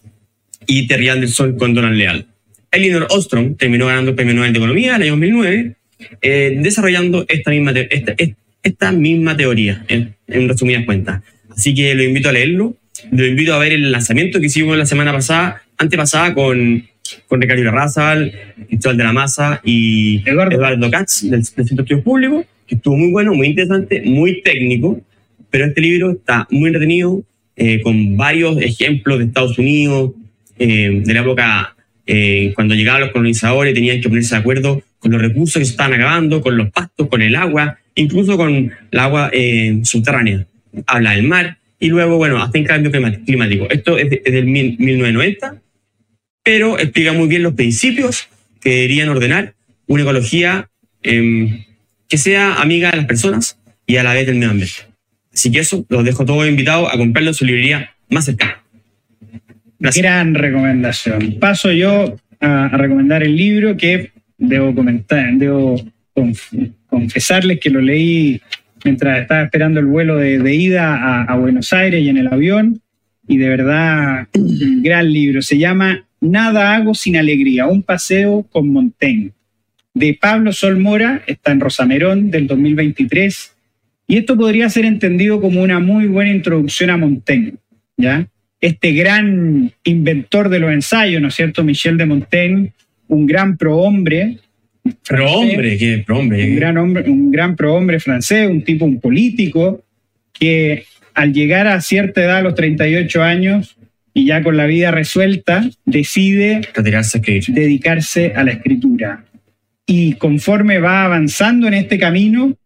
y Terry Anderson con Donald Leal. Elinor Ostrom terminó ganando el Premio Nobel de Economía en el año dos mil nueve, eh, desarrollando esta misma, te- esta, esta misma teoría, en, en resumidas cuentas. Así que lo invito a leerlo, lo invito a ver el lanzamiento que hicimos la semana pasada, antepasada, con, con Ricardo Irarrázaval, Cristóbal de la Maza y Eduardo. Eduardo Katz, del, del Centro de Estudios Públicos, que estuvo muy bueno, muy interesante, muy técnico, pero este libro está muy entretenido, eh, con varios ejemplos de Estados Unidos, eh, de la época eh, cuando llegaban los colonizadores, tenían que ponerse de acuerdo con los recursos que se estaban acabando, con los pastos, con el agua, incluso con el agua eh, subterránea. Habla del mar y luego, bueno, hasta en cambio clima- climático. Esto es, de- es del mil- mil novecientos noventa, pero explica muy bien los principios que deberían ordenar una ecología eh, que sea amiga de las personas y a la vez del medio ambiente. Así que eso, los dejo todos invitados a comprarlo en su librería más cercana. Gracias. Gran recomendación. Paso yo a, a recomendar el libro que debo comentar, debo conf- confesarles que lo leí mientras estaba esperando el vuelo de, de ida a, a Buenos Aires y en el avión, y de verdad, un gran libro. Se llama Nada hago sin alegría, un paseo con Montaigne, de Pablo Sol Mora, está en Rosamerón del dos mil veintitrés, y esto podría ser entendido como una muy buena introducción a Montaigne, ¿ya? Este gran inventor de los ensayos, ¿no es cierto? Michel de Montaigne, un gran prohombre. Pero francés, hombre, qué pro hombre. un gran hombre, un gran prohombre francés, un tipo, un político, que al llegar a cierta edad, a los treinta y ocho años, y ya con la vida resuelta, decide Retirarse a escribir. dedicarse a la escritura. Y conforme va avanzando en este camino,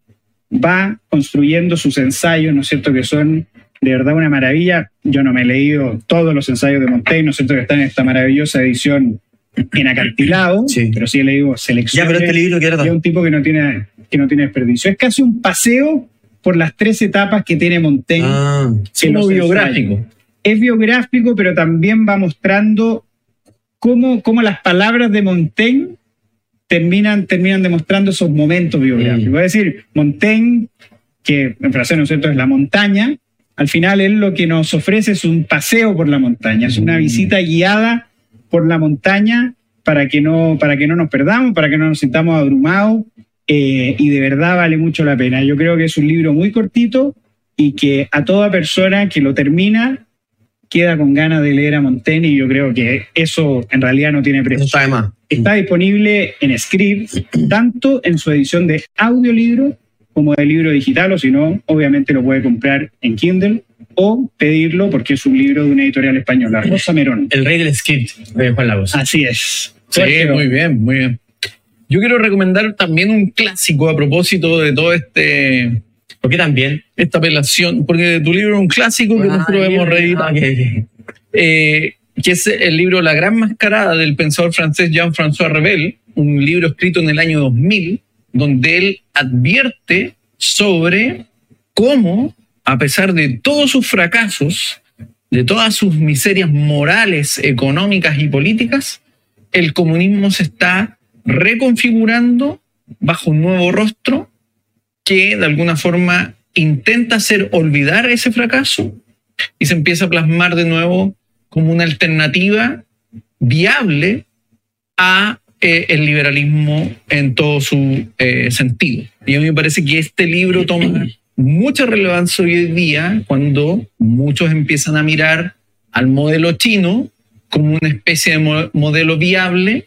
va construyendo sus ensayos, ¿no es cierto?, que son de verdad una maravilla. Yo no me he leído todos los ensayos de Montaigne, ¿no es cierto?, que están en esta maravillosa edición en acantilado, Sí. pero sí he leído Ya, selecciones. pero este libro, ¿qué Y es trata? un tipo que no tiene, que no tiene desperdicio. Es casi un paseo por las tres etapas que tiene Montaigne. Ah, Es en como los biográfico. ensayos. Es biográfico, pero también va mostrando cómo, cómo las palabras de Montaigne terminan, terminan demostrando esos momentos biográficos. Mm. Es decir, Montaigne, que en francés, ¿no es cierto?, es la montaña, al final él lo que nos ofrece es un paseo por la montaña, es una Mm. visita guiada por la montaña para que no, para que no nos perdamos, para que no nos sintamos abrumados, eh, y de verdad vale mucho la pena. Yo creo que es un libro muy cortito, y que a toda persona que lo termina queda con ganas de leer a Montaigne, y yo creo que eso en realidad no tiene precio. Eso está de más. Está disponible en Scribd, tanto en su edición de audiolibro como de libro digital, o si no, obviamente lo puede comprar en Kindle o pedirlo porque es un libro de una editorial española, Rosa Merón. El rey del script de Juan Lagos. Así es. Sí, muy bien, muy bien. Yo quiero recomendar también un clásico a propósito de todo este... ¿Por qué también? Esta apelación, porque tu libro es un clásico que Ah, nosotros hemos reeditado. okay. Eh, que es el libro La Gran Mascarada del pensador francés Jean-François Revel, un libro escrito en el año dos mil, donde él advierte sobre cómo, a pesar de todos sus fracasos, de todas sus miserias morales, económicas y políticas, el comunismo se está reconfigurando bajo un nuevo rostro que de alguna forma intenta hacer olvidar ese fracaso y se empieza a plasmar de nuevo como una alternativa viable a eh, el liberalismo en todo su eh, sentido. Y a mí me parece que este libro toma mucha relevancia hoy en día cuando muchos empiezan a mirar al modelo chino como una especie de mo- modelo viable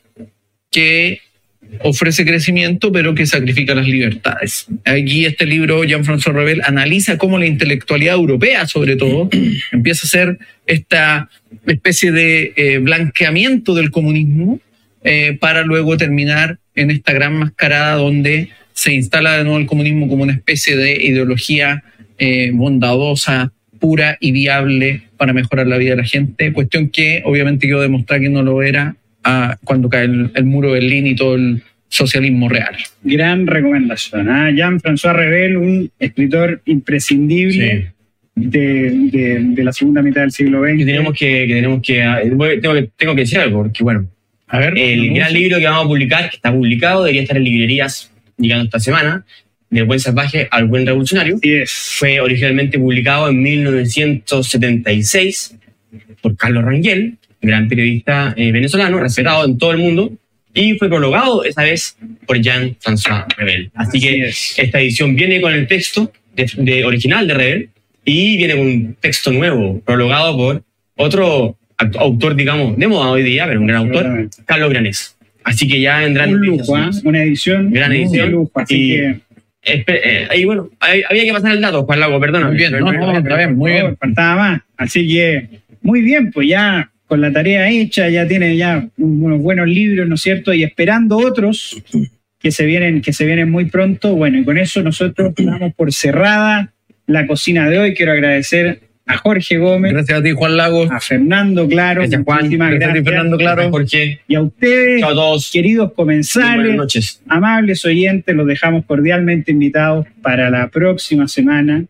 que ofrece crecimiento pero que sacrifica las libertades. Aquí este libro, Jean-François Revel, analiza cómo la intelectualidad europea, sobre todo, empieza a hacer esta especie de eh, blanqueamiento del comunismo eh, para luego terminar en esta gran mascarada donde se instala de nuevo el comunismo como una especie de ideología eh, bondadosa, pura y viable para mejorar la vida de la gente, cuestión que obviamente quiero demostrar que no lo era a cuando cae el, el muro de Berlín y todo el socialismo real. Gran recomendación. ¿eh? Jean-François Revel, un escritor imprescindible de, de, de la segunda mitad del siglo veinte. Que tenemos que, que tenemos que, tengo que, tengo que decir algo, porque bueno, A ver, el gran libro que vamos a publicar, que está publicado, debería estar en librerías llegando esta semana, Del buen salvaje al buen revolucionario, Así es. fue originalmente publicado en mil novecientos setenta y seis por Carlos Rangel, gran periodista eh, venezolano, respetado en todo el mundo, y fue prologado esa vez por Jean-François Revel. Así, Así que es. esta edición viene con el texto de, de original de Revel y viene con un texto nuevo, prologado por otro act- autor, digamos, de moda hoy día, pero un gran autor, Absolutamente. Carlos Granés. Así que ya vendrán Un lujo, ¿eh? Una edición Gran de edición. lujo, así Y- que Espe- eh, ahí, bueno, ahí- había que pasar el dato, Juan Lago, perdona. Muy bien, no, no, está bien, muy bien. faltaba más. Así que, muy bien, pues ya con la tarea hecha, ya tiene ya unos buenos libros, ¿no es cierto? Y esperando otros que se vienen, que se vienen muy pronto. Bueno, y con eso nosotros damos por cerrada la cocina de hoy. Quiero agradecer a Jorge Gómez, Gracias a ti, Juan Lagos. a Fernando Claro, Gracias, Juan. muchísimas Gracias a ti, gracias. Fernando Claro. Jorge. Y a ustedes, Chao a todos. queridos Muy comensales, buenas noches. amables oyentes, los dejamos cordialmente invitados para la próxima semana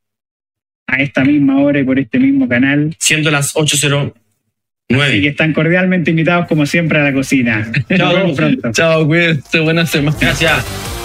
a esta misma hora y por este mismo canal. Siendo las ocho cero Así que nueve. están cordialmente invitados como siempre a la cocina. Nos Chao. vemos pronto. Chao, cuídense, buena semana. Gracias.